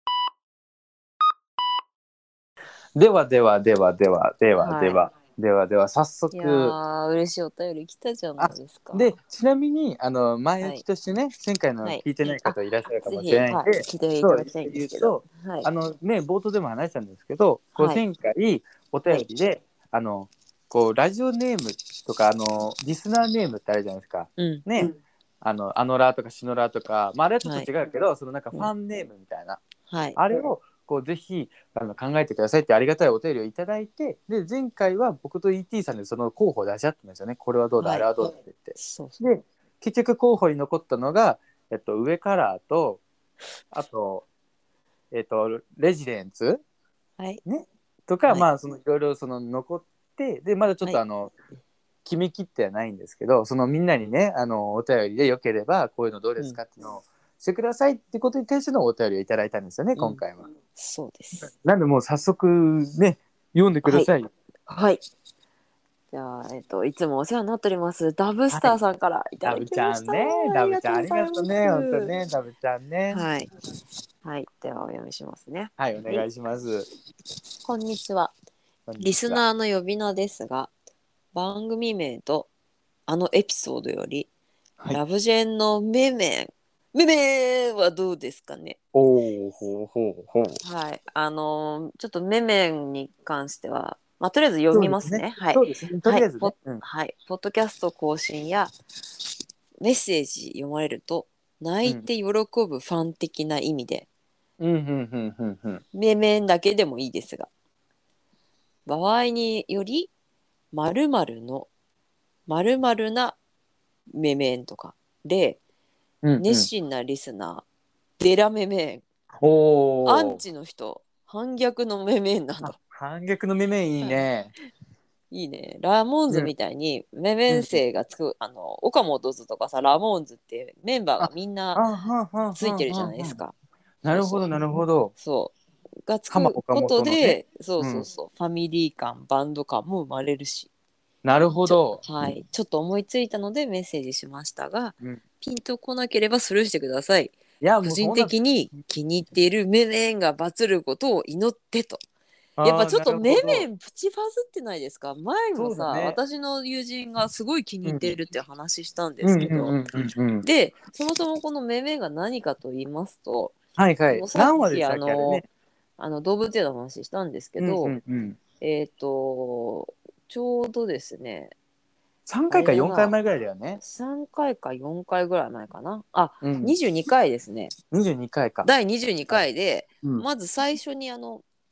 ではではではではではでは、ではでは早速、 いやー、嬉しいお便り来たじゃないですか。 でちなみにあの前置きとしてね、はい、前回の聞いてない方いらっしゃるかもしれないので、 はい、聞いていただきたいんですけど、 はい、あのね冒頭でも話したんですけど、こう前回お便りで、はい、あのこうラジオネームとかあのリスナーネームってあるじゃないですか、うん、ね、うん、あのアノラーとかシノラーとか、まあ、あれはちょっと違うけど、はい、そのなんかファンネームみたいな、はい、あれをこうぜひあの考えてくださいってありがたいお便りをいただいて、で前回は僕と イーティー さんでその候補を出し合ったんですよね。これはどうだ、はい、あれはどうだって言って、そうそう、で結局候補に残ったのが、えっと、上カラーとあと、えっと、レジデンツ、はいね、とか、はい、まあそのいろいろその残ってでまだちょっとあの、はい、決めきってはないんですけど、そのみんなにねあのお便りでよければこういうのどうですかっていうのを、うん、してくださいってことに対してのお便りをいただいたんですよね、今回は、うん、 そうです。 なんでもう早速ね読んでください。 はい、はい、じゃあ、えっと、いつもお世話になっておりますダブスターさんからいただきました。 はい、ダブちゃんね、ダブちゃんありがとうね、本当ね、ダブちゃんね。 はい、はい、ではお読みしますね。 はい、お願いします。はい、 こんにちは。リスナーの呼び名ですが、番組名とあのエピソードより、はい、ラブジェンのメメンメメンはどうですかね。 おーほうほうほう。 はい、あのー、ちょっとメメンに関しては、まあ、とりあえず読みますね。はい。 そうですね。とりあえずね。 はい、うん、はい。ポッドキャスト更新やメッセージ読まれると泣いて喜ぶファン的な意味で、 うんうんうんうんうん、 メメンだけでもいいですが、場合により〇〇の〇〇なメメンとかで、うんうん、熱心なリスナーデラメメン、おアンチの人反逆のメメンなど。 反逆のメメンいいね。 いいね。ラモーンズみたいにメメン生がつく、うん、あの岡本図とかさ、ラモーンズってメンバーがみんなついてるじゃないですか。 なるほどなるほど。 そうがつくことで、ね、そうそうそう、うん、ファミリー感バンド感も生まれるし。 なるほど。 はい、ちょっと思いついたのでメッセージしましたが、うん、ピンとこなければスルーしてください。いや個人的に気に入っているメメンがバズることを祈ってと。やっぱちょっとメメンプチバズってないですか。前もさ、ね、私の友人がすごい気に入っているって話したんですけど、でそもそもこのメメンが何かと言いますと、 はいはい、 さっきあの、ね、あの動物園の話したんですけど、うんうんうん、えっ、ー、とちょうどですねさんかいかよんかいまえぐらいだよね。 さんかいかよんかいぐらい前かなあ、うん、にじゅうにかいですね。 にじゅうにかいか。 だいにじゅうにかいで、うん、まず最初にあの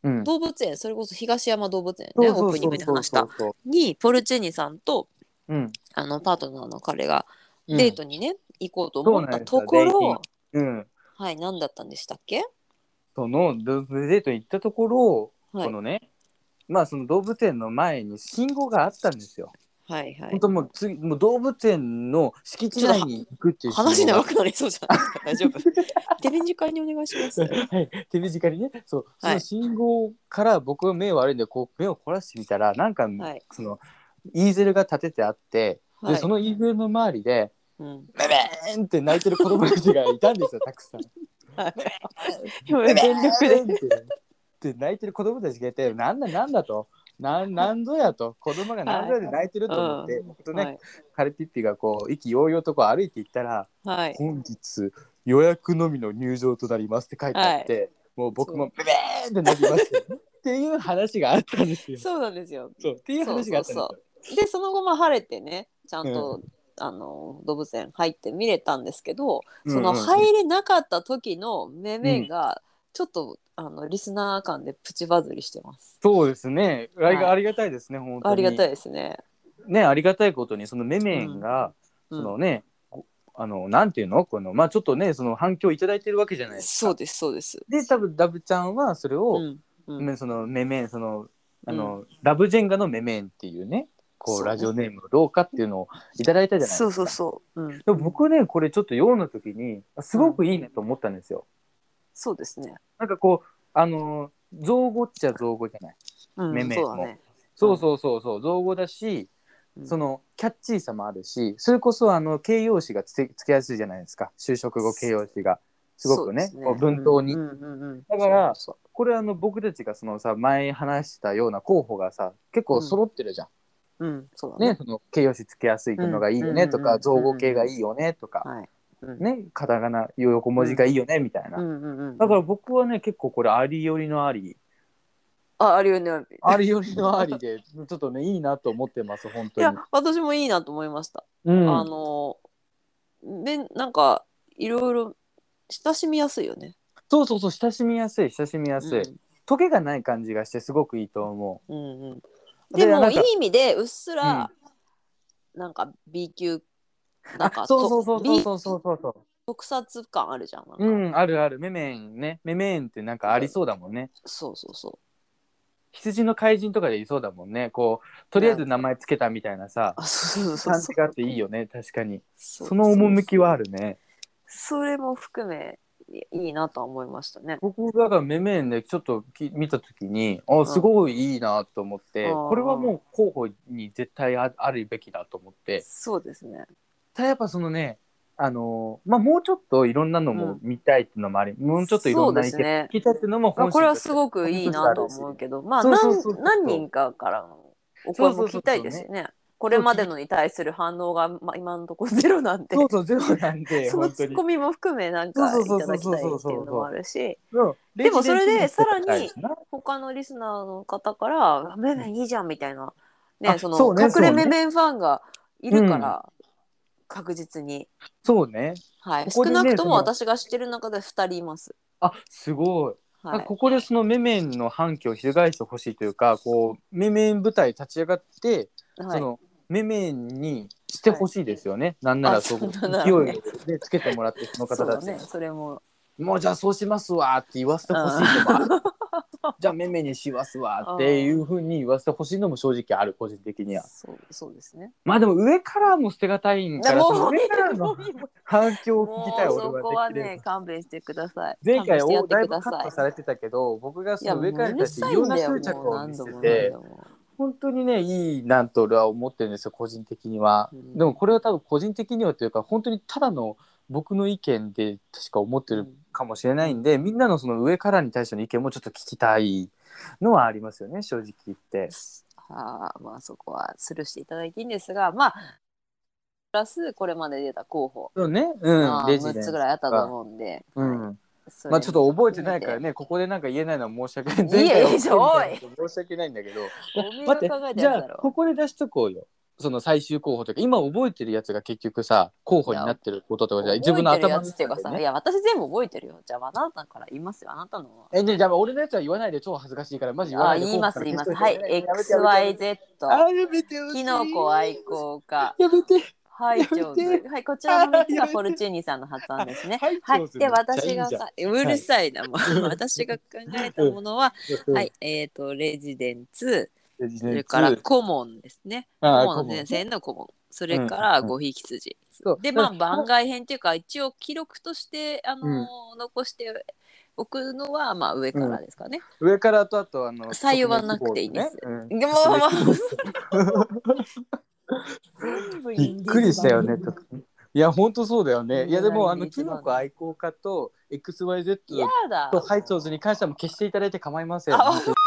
うん、 動物園、それこそ東山動物園ね、オープニングで話したにポルチーニさんと、うん、あのパートナーの彼がデートにね、うん、行こうと思ったところ、うん、はい、何だったんでしたっけ？ そのデートに行ったところ、はい、このね、まあその動物園の前に信号があったんですよ。はいはい。本当もう次もう動物園の敷地内に行くっていう信号が。 話長くなりそうじゃないですか。大丈夫。手短にお願いします。はい、 手短にね。そう、その信号から僕は目悪いんでこう目を凝らしてみたらなんか、はい、そのイーゼルが立ててあって、はい、でそのイーゼルの周りで、うん、メメーンって泣いてる子供たちがいたんですよたくさん。はい、全力でって泣いてる子供たちがいて、なんだなんだと。ななんぞやと子供がなんぞやで泣いてると思って、はい、うんね、はい、カルピッピがこう意気揚々とこう歩いていったら、はい、本日予約のみの入場となりますって書いてあって、はい、もう僕もベベーンって泣きましたっていう話があったんですよ。 そうなんですよ。 そうっていう話があったんですよ。 そうそうそう。でその後まあ晴れてねちゃんと、うん、あの動物園入って見れたんですけど、その入れなかった時のめめがちょっと、うんあのリスナー間でプチバズりしてます。 そうですね。ありが、はい、ありがたいですね本当に。 ありがたいですね。 ねありがたいことにそのめめんが、うん、そのね、うん、あのなんていうのこのまあちょっとねその反響いただいてるわけじゃないですか。 そうですそうです。 で多分ダブちゃんはそれを、うんうん、そのめめんそのあの、うん、ラブジェンガのめめんっていうねこうラジオネームのどうかっていうのをいただいたじゃないですか。 そうそうそう。うん、 でも僕ねこれちょっと読んだ時にすごくいいねと思ったんですよ。うん、 そうですね。 なんかこうあの造語っちゃ造語じゃない、うん、めめもそうだね。そうそうそうそう造語だし、うん、そのキャッチーさもあるしそれこそあの形容詞がつけつけやすいじゃないですか就職後形容詞がすごく ね, ね文頭に、うんうんうんうん、だからそうそうこれあの僕たちがそのさ前話したような候補がさ結構揃ってるじゃん、うんうんそうだね、ねその形容詞つけやすいのがいいよねとか、うん、造語形がいいよねとか、はいうん、ねカタカナ横文字がいいよね、うん、みたいな、うんうんうん、だから僕はね結構これありよりのありあありよりのありありよりのありでちょっとねいいなと思ってます本当に。 いや私もいいなと思いました、うん、あのでなんかいろいろ親しみやすいよね。 そうそうそう親しみやすい親しみやすい、うん、トゲがない感じがしてすごくいいと思う、うんうん、でもいい意味でうっすら、うん、なんか B 級なんかそうそうそうそうそうそうそう特撮感あるじゃん。なんかうんあるあるメメンねメメンってなんかありそうだもんね。 そうそうそう羊の怪人とかでいそうだもんねこうとりあえず名前つけたみたいなさ感じがあっていいよね確かに そ, その趣はあるね。 それも含めいいなと思いましたね。 僕だからメメンでちょっとき見た時にあすごいいいなと思って、うん、これはもう候補に絶対 あ, あるべきだと思って。 そうですね。 ただやっぱそのねあのー、まあもうちょっといろんなのも見たいっていうのもあり、うん、もうちょっといろんな意見聞きたいっていうのも本心として、 これはすごくいいなと思うけどまあ何人かからのお声も聞きたいですよね。これまでのに対する反応が、まあ、今のところゼロなんでそうそうゼロなんでそのツッコミも含めなんかいただきたいっていうのもあるしでもそれでさらに他のリスナーの方から「メメンいいじゃん」みたいな、ね、その隠れメメンファンがいるから、うん、確実にそうね、 はい、ここでね、少なくとも私が知ってる中でふたりいます。 あすごい、はい、ここでそのメメンの反響を翻してほしいというかこうメメン部隊立ち上がって、はい、そのメメンにしてほしいですよね、はい、なんならそう勢いでつけてもらってその方たちそう、ね、それももうじゃあそうしますわって言わせてほしいのもあるじゃあメメにしますわっていうふうに言わせてほしいのも正直ある個人的には。 そうそうですね。 まあでも上からも捨てがたいんからその上からの反響を聞きたい。 俺はそこはね勘弁してください。 前回おだいぶカットされてたけど僕がその上からに対していろんな執着を見せて本当にねいいなんと俺は思ってるんですよ個人的には、うん、でもこれは多分個人的にはというか本当にただの僕の意見で確か思ってるかもしれないんで、うん、みんなのその上からに対しての意見もちょっと聞きたいのはありますよね正直言って。 はあ、まあそこはスルーしていただいていいんですがまあプラスこれまで出た候補そうね、うん、 レジデンスむっつぐらいあったと思うんで、うん、はいまあちょっと覚えてないからねここでなんか言えないのは申し訳ない。 いいよいいよおい申し訳ないんだけど待ってじゃあここで出しとこうよ。 その最終候補というか今覚えてるやつが結局さ候補になってることとかじゃ自分の頭の中で、ね、覚えてるやつっていうかさ、いや私全部覚えてるよ。じゃああなたから言いますよ。あなたのえでじゃあ俺のやつは言わないで超恥ずかしいからマジ言わないで。 あ言います言います。はい エックスワイゼットあやめてほしい。 キノコ愛好家やめてハイチョーズ。はい、こちらのみっつがポルチーニさんの発案ですね。はい、で私がさうるさいなもう、はい、私が考えたものは、はい、えっ、ー、とレジデンツ、それからコモンですね。コモン先生のコモン。それからごひき筋。うんうん、でまあ番外編っていうか一応記録としてあのーうん、残しておくのはまあ上からですかね。 うん、上からとあとあの採用はなくていいです。うん、でもまあ全部びっくりしたよね。いや本当そうだよね。いやでもあのキノコ愛好家と エックスワイゼット とハイチョーズに関してはも消していただいて構いません。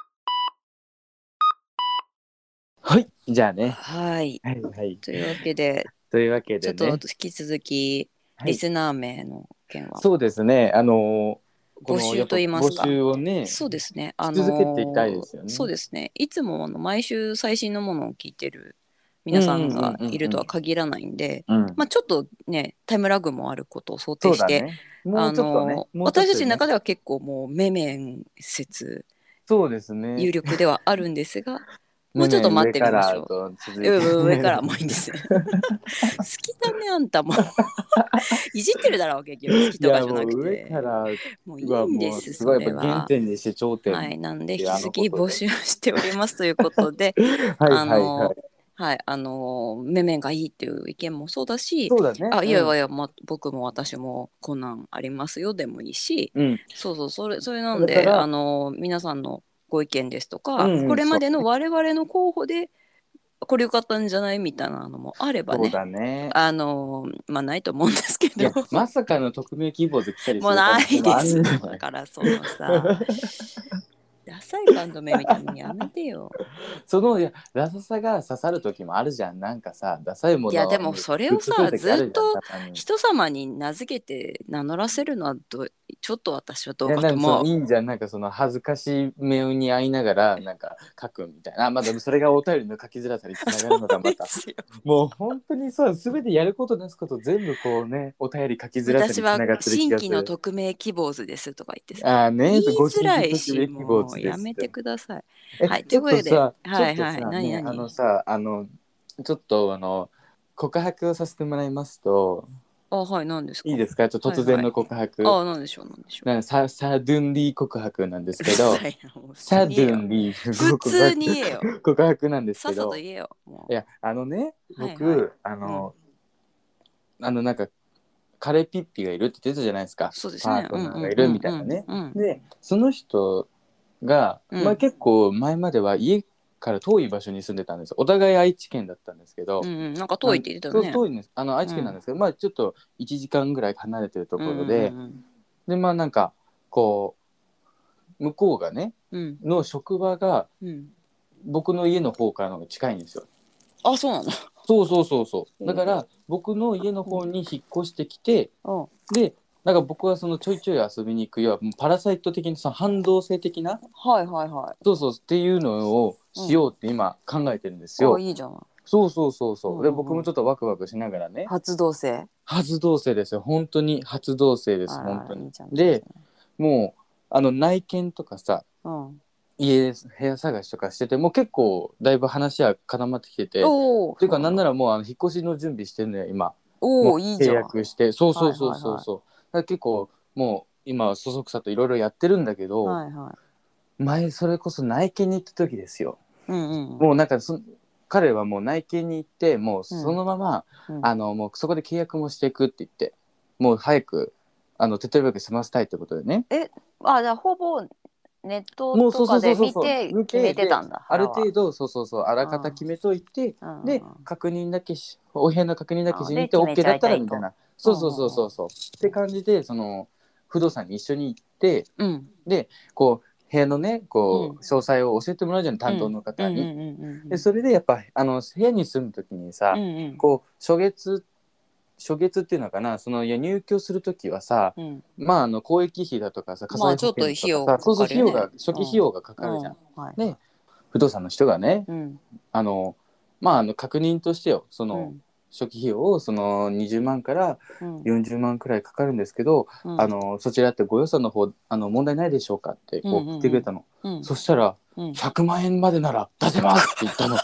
はい、じゃあね。 はい。 はいはい。 というわけで、 というわけで、ね、 ちょっと引き続きリスナー名の件は、 はい、そうですね。あのこの募集と言いますか。 募集をね、 そうですね。 あの続けていきたいですよね。 そうですね。いつもあの毎週最新のものを聞いてる皆さんがいるとは限らないんで、まあちょっとねタイムラグもあることを想定して、ね、あの、ね、私たちの中では結構もうめめん説、 そうですね。 有力ではあるんですが。もうちょっと待ってみましょう。上からもいいんですね。好きだねあんたも。いじってるだろう結局好きとかじゃなくて。 上からもういいんですそれは。 原点にして頂点。 はいなんで引き続き募集しておりますということで、あのはいあのめめんがいいっていう意見もそうだし、 そうだね。 あいやいやいや、ま、僕も私もこんなんありますよでもいいし、うん、そうそうそれそれなんであの皆さんのご意見ですとか、うんうん、これまでの我々の候補でこれよかったんじゃないみたいなのもあればね、 そうだね、 あのまあないと思うんですけど、 まさかの匿名希望で来たりするもうないですだからそのさダサいバンド名みたいなのやめてよ。 そのいやダサさが刺さる時もあるじゃん。なんかさダサいもの。 いやでもそれをさずっと人様に名付けて名乗らせるのはどちょっと私はどうかと思う。 いいんじゃん。なんかその恥ずかしい目に遭いながらなんか書くみたいな。まあでもそれがお便りの書きづらさにつながるのがまたもう本当にそう全てやることなすこと全部こうねお便り書きづらさにつながってる気がする。 私は新規の匿名希望図ですとか言ってさあ、ね、 言いづらいしもうやめてください。はいということではいはい何何あのさあのちょっとあの告白をさせてもらいますと。 あはい何ですか。 いいですかちょっと突然の告白。 はいはい、あ何でしょう何でしょう。 ササドゥンリー告白なんですけどサドゥンリー普通に言えよ告白なんですけどさっさと言えよもう。 いやあのね僕、 はいはい、 あの、うん、あのなんか彼ピッピがいるって言ってたじゃないですか。 そうですね、 パートナーがいるみたいなね、 うんうんうんうん、 でその人が、うんまあ、結構前までは家から遠い場所に住んでたんですよ。お互い愛知県だったんですけど、 うん、なんか遠いって言ってたよね。 遠いんです。あの愛知県なんですけど、うん、まあちょっといちじかんぐらい離れてるところで、うんうんうん、でまあなんかこう向こうがね、うん、の職場が、うん、僕の家の方からの方が近いんですよ。 あ、そうなの。 そうそうそうそう。だから僕の家の方に引っ越してきて、うん、でなんか僕はそのちょいちょい遊びに行くようなパラサイト的なその反動性的な、 はいはいはい、 そうそうっていうのをしようって今考えてるんですよ。 うん、あいいじゃん。 そうそうそうそう、うんうん、で僕もちょっとワクワクしながらね。 発動性発動性ですよ本当に発動性です本当に。いいじゃんでもうあの内見とかさ、うん、家部屋探しとかしてても結構だいぶ話は固まってきてて、っていうかなんならもうあの引っ越しの準備してるのよ今。 おおいいじゃん。 契約してそうそうそうそうそう、はいはいはい、結構もう今そそくさといろいろやってるんだけど、はいはい、前それこそ内見に行った時ですよ、うんうん、もうなんかそ彼はもう内見に行ってもうそのまま、うん、あのもうそこで契約もしていくって言ってもう早くあの手っ取り早く済ませたいってことでね。 えあじゃあほぼネットとかで見て決めてたんだ。 ある程度そうそうそうあらかた決めといて、うん、で確認だけしお部屋の確認だけしに行って OK だったらみたいな、そうそうそうそうそう、うん、って感じでその不動産に一緒に行って、うん、でこう部屋のねこう、うん、詳細を教えてもらうじゃん担当の方に。でそれでやっぱあの部屋に住む時にさ、うんうん、こう初月初月っていうのかなそのいや入居するときはさ、うん、まああの公益費だとかさ火災保険とかさ、まあ、費用かかるよね、そうそう費用が初期費用がかかるじゃん、うんうんはい、で不動産の人がね、うん、あのまああの確認としてよ、その、 うん初期費用をそのにじゅうまんからうんよんじゅうまんくらいかかるんですけど、 うん、 あのそちらってご予算の方あの問題ないでしょうかってこう聞いてくれたの、 うんうんそしたら、 うん、 ひゃくまん円までなら出せますって言ったの。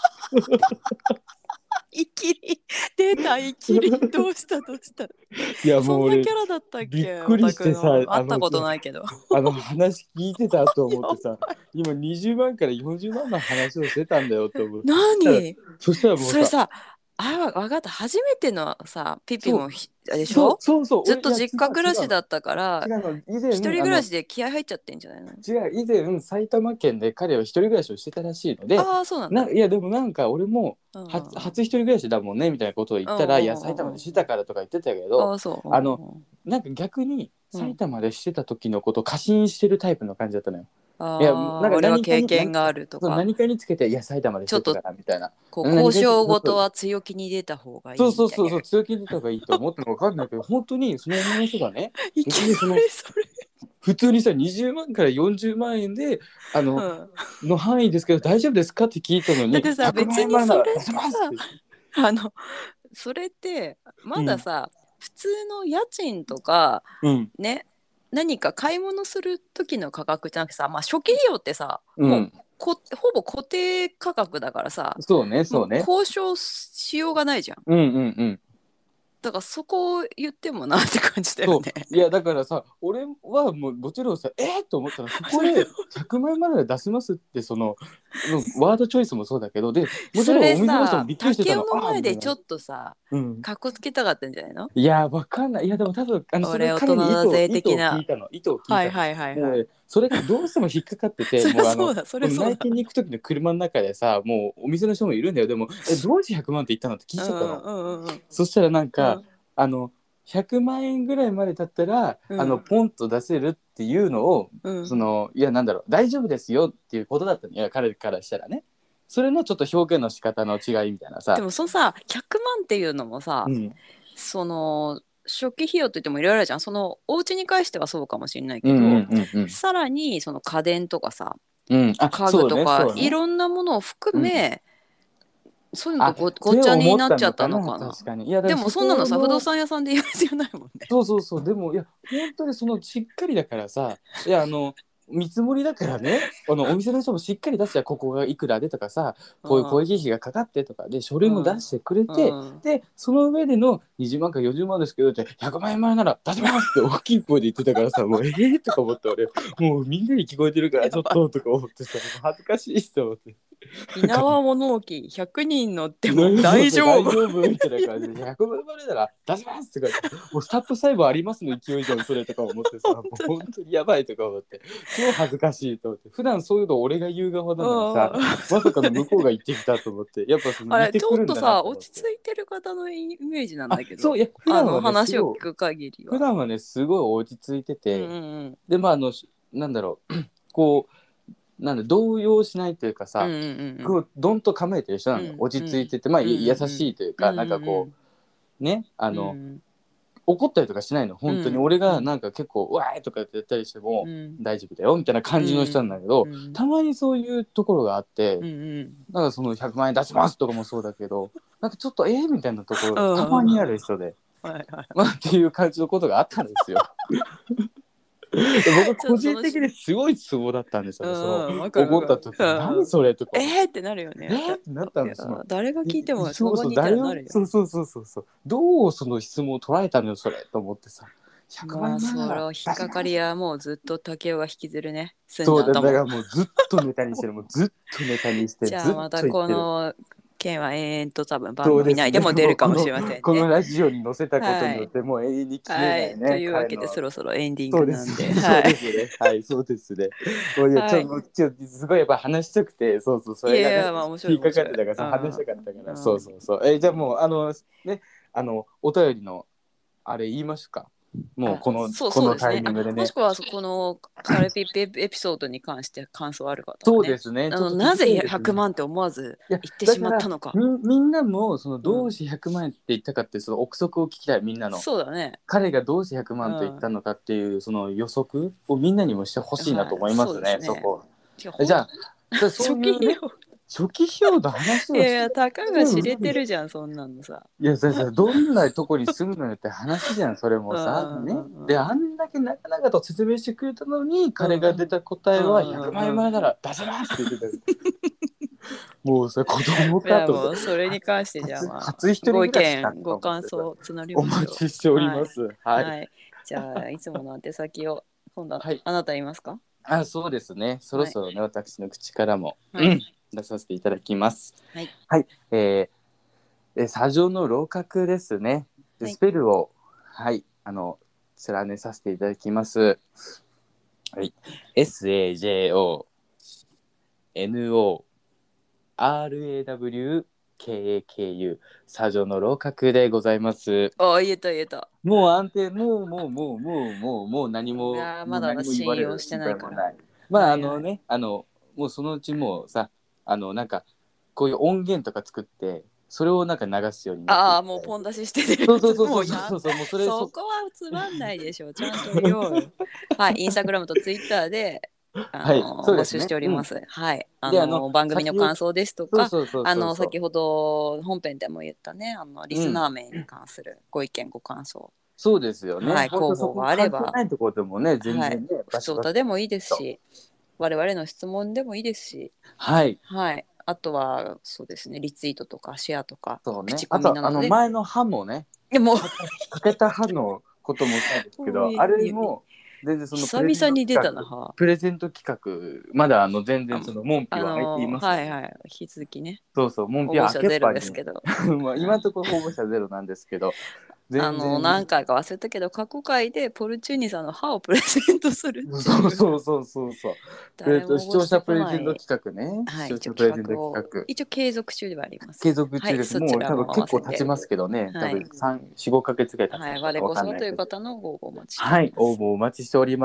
イキリ出たイキリどうしたどうしたいやもそんなう俺キャラだったっびっけくりしてさ、 オタクの会あのったことないけどあの話聞いてたと思ってさ、今にじゅうまんからよんじゅうまんの話をしてたんだよと思って。 何そしたらもうさ、 それさあわかった初めてのさピピもひあれでしそうょそうそう、 ずっと俺いや実家暮らしだったから違うの違うの以前一人暮あのらしで気合入っちゃってんじゃないの違う以前埼玉県で彼は一人暮らしをしてたらしいので、 ああそうなんだないやでもなんか俺もうんうんうん初初一人暮らしだもんねみたいなことを言ったら、 うんうんうんうんいや埼玉でしてたからとか言ってたけあど、 あそうあのなんか逆に埼玉でしてた時のことを過信してるタイプの感じだったのよ。いやああ、 なんか俺は何かに経験があるとそうか、 何かにつけていや埼玉でしてたからみたいな、 こう何かに交渉ごとは強気に出た方がいいそうみたいな。 そうそうそう強気に出た方がいいと思ったのか分かんないけど本当にその女の人がねいきなり別にそのそれ、 普通にさにじゅうまんからよんじゅうまん円であの、 うん、 の範囲ですけど大丈夫ですかって聞いたのにだってさひゃくまん円別にそれなら出せますってあのそれってまださ、うん、普通の家賃とか、 うん、 ね何か買い物する時の価格じゃなくてさ、まあ、初期費用ってさ、 うん、 もうこほぼ固定価格だからさ、 そうねそうね交渉しようがないじゃん。 うんうんうんだからそこを言ってもなって感じだよね。 いやだからさ俺はもうもちろんさえー、と思ったらそこでひゃくまん円まで出せますってそのワードチョイスもそうだけどでもちろんお店の人もびっくりしてたの。 竹雄の前でちょっとさ、 うん、 かっこつけたかったんじゃないの？ いやわかんない。いやでも多分あのそれ彼に意図を聞いたの意図を聞いたの、 はいはいはいはい、 それがどうしても引っかかっててもうあの内見に行く時の車の中でさもうお店の人もいるんだよ。でもえどうしてひゃくまんって言ったのって聞いちゃったの、うんうんうん、そしたらなんか、うん、あのひゃくまん円ぐらいまで経ったら、うん、あのポンと出せるっていうのを、うん、そのいやなんだろう大丈夫ですよっていうことだったの。いや彼からしたらねそれのちょっと表現の仕方の違いみたいなさ。 でもそのさひゃくまんっていうのもさ、うん、その初期費用といってもいろいろあるじゃん。そのお家に関してはそうかもしれないけど、うんうんうんうん、さらにその家電とかさ、うん、家具とか、ねね、いろんなものを含め、うん、そういうのと ご, ごっちゃになっちゃったのかな。確かにいやでもそんなのさ不動産屋さんで言う必要ないもんね。 そうそうそうでもいや本当にそのしっかりだからさいやあの見積もりだからねあのお店の人もしっかり出して、ここがいくらでとかさこういう攻撃費がかかってとかで書類も出してくれて、うん、でその上でのにじゅうまんかよんじゅうまんですけどってひゃくまん円前なら出しますって大きい声で言ってたからさもうえーとか思って俺もうみんなに聞こえてるからちょっととか思ってさ恥ずかしいと思って稲葉物置ひゃくにん乗っても大丈夫大丈夫みたいな感じでひゃくまんまでなら出しますとかもうスタッフ細胞ありますの勢いじゃんそれとか思ってさもう本当にやばいとか思って超恥ずかしいと思って普段そういうの俺が言う側なのにさまさかの向こうが言ってきたと思ってやっぱそのあれちょっとさ落ち着いてる方のイメージなんだけどそういや普段は、ね、 話を聞く限りは普段はねすごい落ち着いてて、うんうん、でまああのなんだろうこうなんで動揺しないというかさ、うんうんうん、こうどんと構えてる人なの、うんうん、落ち着いててまあ、うんうん、優しいというか、うんうん、なんかこうねあの、うん、怒ったりとかしないの本当に、うん、俺がなんか結構うわーとかってやったりしても、うん、大丈夫だよみたいな感じの人なんだけど、うんうん、たまにそういうところがあって、うんうん、なんかそのひゃくまん円出しますとかもそうだけどなんかちょっとえーみたいなところがたまにある人で、はいはいまあ、っていう感じのことがあったんですよ僕個人的にすごいツボだったんですよ、ね、その怒った時何それとかえーってなるよねえーってなったんですよ。 誰が聞いてもそこにいたらなるよ。 そうそうそうそうそうどうその質問を捉えたのよそれと思ってさひゃくまん円まあ、その引っかかりはもうずっと竹雄が引きずるね。 そうだからもうずっとネタにしてるもうずっとネタにしてじゃあまたこの件は永遠と多分番組内でも出るかもしれませんね。 この、このラジオに載せたことによってもう永遠に消えないね、 はい、というわけでそろそろエンディングなんで。 そうですね、はい、はいそうですね。もういやちょっと、はい、ちょっとすごいやっぱ話したくてそうそうそれが、ね、いやいやまあ面白い引っかかってたからさ話したかったからそうそうそうえじゃあもうあのねあのお便りのあれ言いますかもうこのそうこのタイミングでね。 もしくはこのカルピッピエピソードに関して感想ある方はね。 そうですね。 あのなぜひゃくまんって思わず言ってしまったのか。 み, みんなもそのどうしてひゃくまん円って言ったかってその憶測を聞きたいみんなの。 そうだね。 彼がどうしてひゃくまんと言ったのかっていうその予測をみんなにもしてほしいなと思いますね。はい、そねそこ。じゃあそういう、ね、 初期費用の話をいやいや、たかが知れてるじゃん、そんなのさ。 いや、それさ、どんなとこに住むのよって話じゃん、それもさ。ね。 うんうんうんうんで、あんだけなかなかと説明してくれたのに、彼が出た答えはうんうんうんひゃくまん円までなら出せますって言ってた。もうそれ子供いやかと。 もうそれに関してじゃあまあ初初一人ご意暮らしか見ご感想を募りおましょう。 待ちしております。はい。 は、 はいい。 じゃあいつもの宛先を今度ははいあなた言いますか？ あ、そうですね。そろそろね、私の口からも、 はいうん、出させていただきます。 はいはい。えー、え砂上の楼閣ですね。ではいスペルを、はい、あの、連ねさせていただきます。はい。エスエージェーオーエヌオーアールエーダブリューケーエーケーユー 砂上の楼閣でございます。 あ言えた言えた。 もう安定、もうもうもうもうもうもう何いも、 やまだもう何も言われる信用してないから。 心配もない。まあ、 はいはいあのね、あの、もうそのうちもうさ、あの、なんか、こういう音源とか作って、それをなんか流すようになっていああてもうポン出ししてるそうそうそうもそううやそうそう、もうそれそこはつまんないでしょ。ちゃんと言おうよ。はい、インスタグラムとツイッターで、あはい、 のそうですね。 募集しておりうん。 ます。はい、あで、あの、 の番組の先ほど、 感想ですとか、 そうそうそうあそうそう。 の先ほど本編でも言ったね、あのリスうん。 ナー名に関するご意見ご感想、 そうですよね。 はい、 本当そ広報こ関係があれば、 ないところでもね、全はい、 然ね、 普通歌でもいいですし、我々の質問でもいいですし、 はい。 はい、あとはそうですね、リツイートとかシェアとかそうね。 口コあと、あの、 ミなので、 前の歯もね、 でもかかけた歯のこともそうですけもうど、あれも全然そのプ久レゼント 々に出た企画、 なは。 プレゼント企画、まだあの全あ然その門あ扉は開いていのますので、 はいはい、引き続きね、 そうそう、門応扉開けっ募者ゼロぱに、 ですけど、 まあ今のところ応募者ゼロなんですけど、 あ全然、 の何回か忘れたけど過去回でポルチーニさんの歯をプレゼントするってそういうそうそうそうそう。えっと、 誰も視聴応募してこ者プレゼントない、 企画ね。視はい、 聴一応者プレゼント企画を企画。 一応継続中ではあります継ので、はい、 続中です。 そちらもう多分も合わせて、 結構経ちますけどね。多分はい、 さん、よん、ごかげつぐらい経つはい、 のかなわ我こそはかんないけど。 という方のご応募お待ちしておはい、 ります。 応募お待ちしております。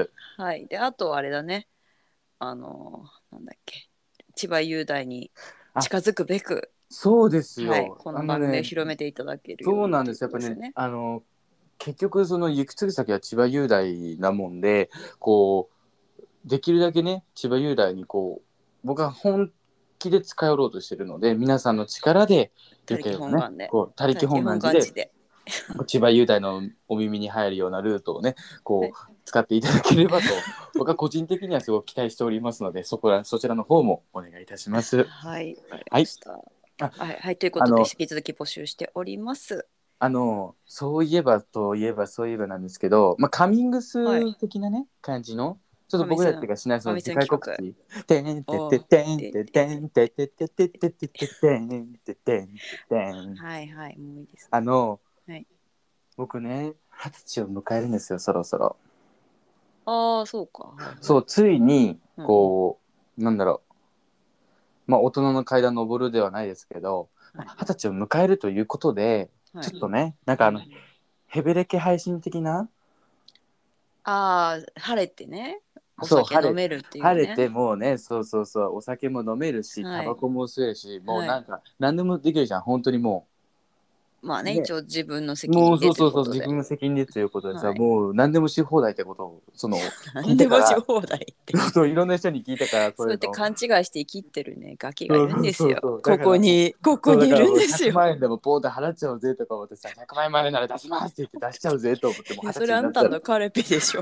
はい、であとあれだね、あのなんだっけ、千葉雄大にあ、 近づくべく、 そうですはい、 よ。 この番組をあのね、 広めていただけるようそうなんです。 にというやっぱね、 ことですよね。 あの、結局その行き着く先は千葉雄大なもんで、こう、できるだけね、千葉雄大にこう、僕は本気で近寄ろうとしてるので、皆さんの力で、 他力よければね、 本願で。 こう、他力他力本本願寺で、 願寺で。 千葉雄大のお耳に入るようなルートをね、 はい、 こう、使っていただければと、僕は個人的にはすごく期待しておりますので、そこら、そちらの方もお願いいたします。 はい、わかりはい。 ました。 あ、 はい、はい、ということで、引あの、 き続き募集しております。 あの、そういえばといえばそういえばなんですけど、まあ、カミングはい、 ス的なね、感じの、ちょっとファミセン、 僕らっていうかしないファミその次回セン企画。 告知。てんておーててんで、 てで、で、 てんてててててててててんててんてん。 はいはい、もういいですね。 あの、 はい。 僕ね、二十歳を迎えるんですよ、そろそろ。 ああ、そうか。はいはい。 そう、ついに、 うんうん。 こう、なんだろう、まあ、大人の階段登るではないですけど、 はい。 まあ二十歳を迎えるということで、 はい。 ちょっとね、なんかあの、 うん、 ヘベレケ配信的な、 ああ、晴れてね、おそう、 酒晴れ、 飲めるっていうね。 晴れてもうね、そうそうそう、お酒も飲めるし、タはい。 バコも吸えるし、もうはい。 なんか、何でもできるじゃん、本当にもまあね、 う。ね。 一応自分の責もう任でといそうそうそう、 うことで。 自分の責任でということでさ、 はい。 もう何でもし放題ってことを、その、聞何でもしいたから、 放題って。 そう、いろんな人に聞いたから、そういうの。 そうやって勘違いして生きってるね、ガキがいるんそうですよ。 そうそう、だこからもう、 こに、ここそうだにいからもう100 るんですよ。 万円でもポーンと払っちゃうぜとか思ってさ、ひゃくまん円までなら出しますって言って出しちゃうぜと思ってもう二十いやそれあん歳になったらたのカレピでしょ。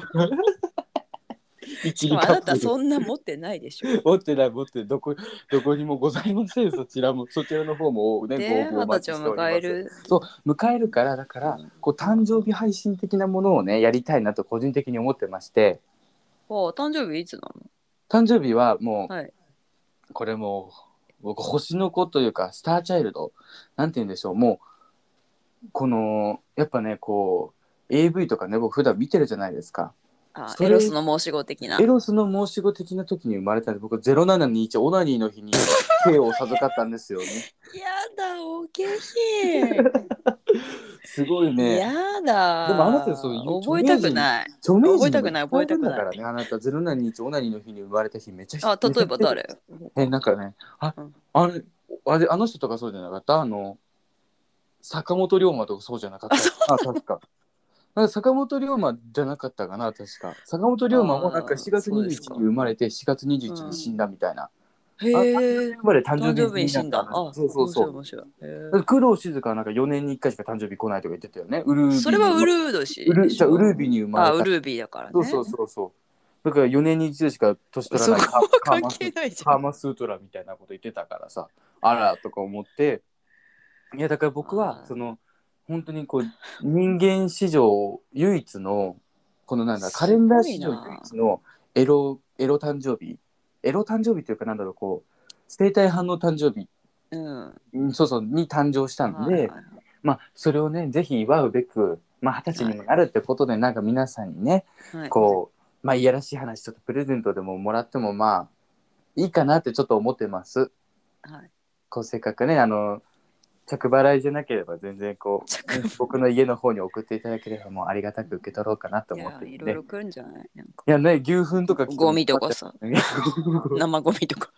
し一かもあなた理カップルそんな持ってないでしょ。 持ってない持ってないどこどこにもございませんそちらもそちらの方もねご応で、二十募お待ち歳をしております迎える。 そう迎えるからだからうん、 こう誕生日配信的なものをねやりたいなと個人的に思ってましてお誕生日いつな誕生日はもの？はい。 うこれもう僕星の子というかスターチャイルドなんて言うんでしょうもうこのやっぱねこう エーブイ とかね僕普段見てるじゃないですかあ、 それエロスの申し子的な。 エロスの申し子的な時に生まれたんで僕ゼロななにいちオナニーの日に生を授かったんですよねやだ、お下品。 すごいねやだ。 でもあなたそういう著覚えた名人くない。 著名覚えたくない、 人もいっぱいい覚えたくない。 るんだからねあなたゼロななにいちオナニーの日に生まれた日めっちゃあ、例えば誰？ えなんかねあ、 うん、 あれあれあの人とかそうじゃなかったあの坂本龍馬とかそうじゃなかったあ確かなんか坂本龍馬じゃなかったかな確か坂本龍馬もなんかあーしがつにじゅういちにちそうですか。 に生まれてしがつにじゅういちにちにうん。 死んだみたいなへあ、誕え。 生日まで誕生誕生日日にに死んだ。 なんか話、 あ、 そうそう面白いそう。 面白い。へえ。 工藤静香はなんかよねんにいっかいしか誕生日来ないとか言ってたよね。ウルーそれはウルビに生ま、 ー年ウル、じゃあウでしょ。 ルービに生まあ、 れた。 ウルービーだからね。 そうそうそうそう。だからよねんに一度しか年取らそこないカ、 は関カーマス、 係ないじゃん。 カーマスートラみたいなこと言ってたからさ、あらとか思って、いやだから僕はあーその本当にこう人間史上唯一のこのなんだカレンダーすごい史上唯な。 一のエロエロ誕生日、エロ誕生日というかなんだろう、こう生体反応誕生日、 うん。はうんそうそうに誕生したいんで、 はまあそれをねぜひ祝うべく、まあ二十歳にもなるってことで、なんか皆さんにねいはい。 こうまあいやらしい話ちょっとプレゼントでももらってもまあいいかなってちょっと思ってます。 はい。 こうせっかくねあの着払いじゃなければ全然こう、ね、僕の家の方に送っていただければもうありがたく受け取ろうかなといや、 思ってるんで。 いろいろ来るんじゃないなんか。 いやね、牛糞とか来てもゴミとかさ、 困っちゃう生ゴミとか。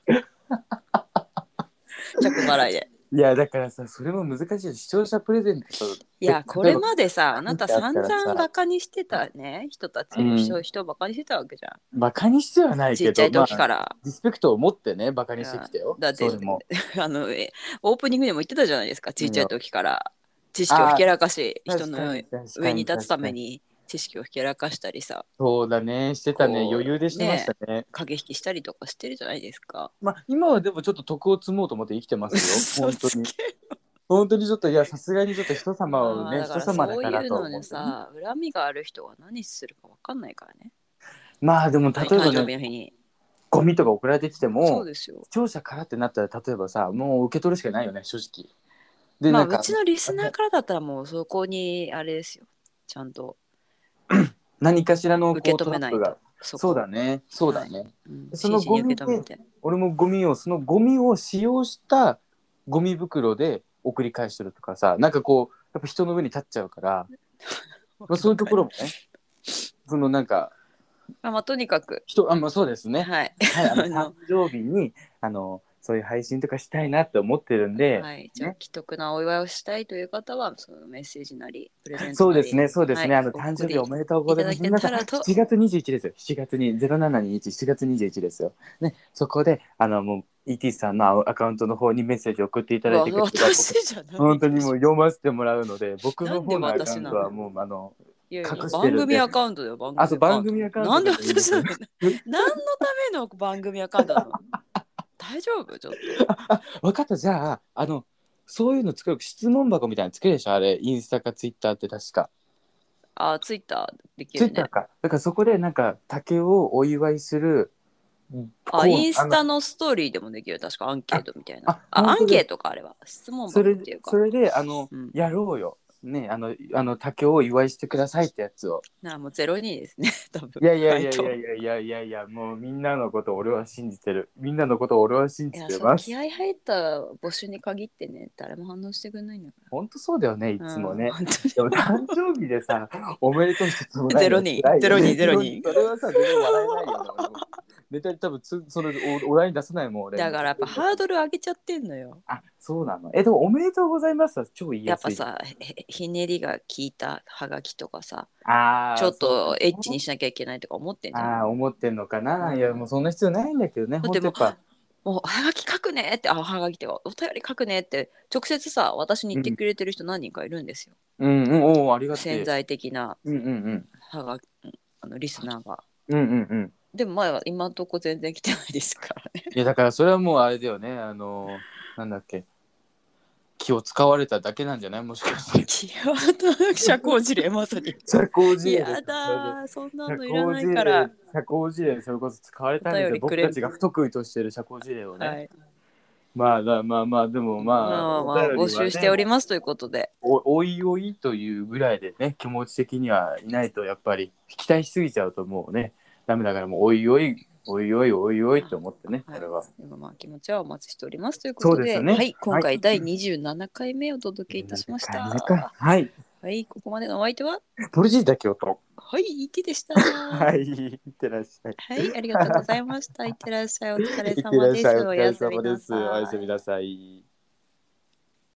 着払いで。 いやだからさそれも難しい。視聴者プレゼントといや、これまでさ、あ書いなたてあったら散々バさ、 カにしてたね、人たち、 うん人、人をバカにしてたわけじゃバカにしてはなん。 いちっちゃいけどまあ時から。 リスペクトを持ってねバカにしていやきたよ。 だってそれもあのえオープニングでも言ってたじゃないですか、ちっちゃい時から知識をひあけらかしあ人の確かに確か上にに立つた確かにめに知識をひけらかしたりさ、 そうだねしてたね、 こ余裕でしてましうねたね。 駆け引きしたりとかしてるじゃないですか。 まあ今はでもちょっと徳を積もうと思って生きてますよ嘘本当に。 つけ。 本当にちょっといやさすがにちょっと人様をまあね人だからそう様だからいうのにと思ってね。 さ、恨みがある人は何するか分かんないからね。 まあでも本当に誕生例えばね日の日に。 ゴミとか送られてきてもそうですよ。 視聴者からってなったら例えばさもう受け取るしかないよね正直。でまあなんかうちのリスナーからだったらもうそこにあれですよ。ちゃんと何かしらのこう受け止めないと。 トラップがそこ。 そうだねそうだね、 はいうん、 その真摯にゴミで受け止めて。 俺もゴミをそのゴミを使用したゴミ袋で送り返してるとかさ、なんかこうやっぱ人の上に立っちゃうから、まあ、そういうところもねそのなんかあまあ、とにかく、 人あまあそうですねはい。 はい、あのあの誕生日にあのそういう配信とかしたいなって思ってるんで、 はい、じゃあ、 ね、 既得なお祝いをしたいという方は、そのメッセージなり、プレゼントそうなり、 ですね、そうですね、 はい、 あのお送り誕生日おめでとうございます。 いただけ皆さん、 たらと、 しちがつにじゅういちですよ。しちがつに、ゼロななにいち、しちがつにじゅういちですよ。ね、そこで、あの、もう、イーティー さんのアカウントの方にメッセージを送っていただいてくれたら、 私じゃない。 本当にもう読ませてもらうので、僕の方のアカウンなんで私なのトはもう、あの、 いやいや隠してるんで。 番組アカウントだよ、番組あ、そう、番組アカウントなんでだと言います私なの何のための番組アカウントなの大丈夫ちょっと。 あ、分かった、じゃあ、あの、そういうの作る、質問箱みたいなの作るでしょ、あれ、インスタかツイッターって確か。 あ、ツイッターできるね。 ツイッターか。だからそこでなんか竹をお祝いする。 あ、 こうインスタあののストーリーでもできる。確かアンケートみたいな。 ああ、ア本当ですンケートか、あれは。質問それ箱っていうか。 それであの、 うんやろうよ。ね、あのあの竹をお祝いしてくださいってやつを。 なあ、もうゼロにですね、多分。 いやいやいやい回答やいやいやいやいや、もうみんなのこと俺は信じてる。みんなのこと俺は信いや、 じてます。 そう気合入った募集に限ってね、誰も反応してくれないんだか本当そうだよね、いら。 つもね。 うん本でも誕生日でさ、おめでとうしてつもゼロ人ゼロ人ゼロ人それはさ、全然笑えないよな。俺もネタに多分つそのおお題に出さないもん俺。 当にだからやっぱハードル上げちゃってんのよ。 あ、そうなの。え、でもおめでとうございますは超言いやすい。 やっぱさ、へひねりが効いたハガキとかさ、 あーちょっとエッチににしなきゃいけないとか思ってんじゃん。 ああ、思ってんのかな、 うんいや、もうそんな必要ないんだけどね。 だってもう、 ほんとやっぱ、 もうハガキ書くねって、あ、ハガキってか、お便り書くねって、直接さ、私に言ってくれてる人何人かいるんですよ。 うんうん、おお、ありがとう。 潜在的なうんうんうん。 ハガあのリスナーが。 うんうんうん。 でもまあ今んとこ全然来てないですからね。 いや、だからそれはもうあれだよね。あの、なんだっけ。気を使われただけなんじゃないもしかして。 キワード社交辞令まさに。 社交辞令です。 やだー、そんな社のいらな交辞いから令、。社交辞令、それこそ使われたんですよ。 お便りくれ僕たちが不得意としている社交辞令をね。 はい。 まあだ、まあまあ、でもまあ、 まあまあまあ募集しておりますということで。 おおいおいというぐらいでね、気持ち的にはいないとやっぱり期待しすぎちゃうともうねダメだから、もうおいおいおいおいおいおいと思ってね、 はい、 これは。 でもまあ気持ちはお待ちしておりますということで、 そうですよねはい、今はい回だいにじゅうななかいめお届けいたしました。 はい。 はい、ここまでのお相手は、 ポルジータ京都。 はい、イテでした。 はい、いってらっしゃい。 はい、ありがとうございました。いってらっしゃい。お疲れいって様です。 らっしゃい。おお疲れやすみな様です。おやさい。 すみなさい。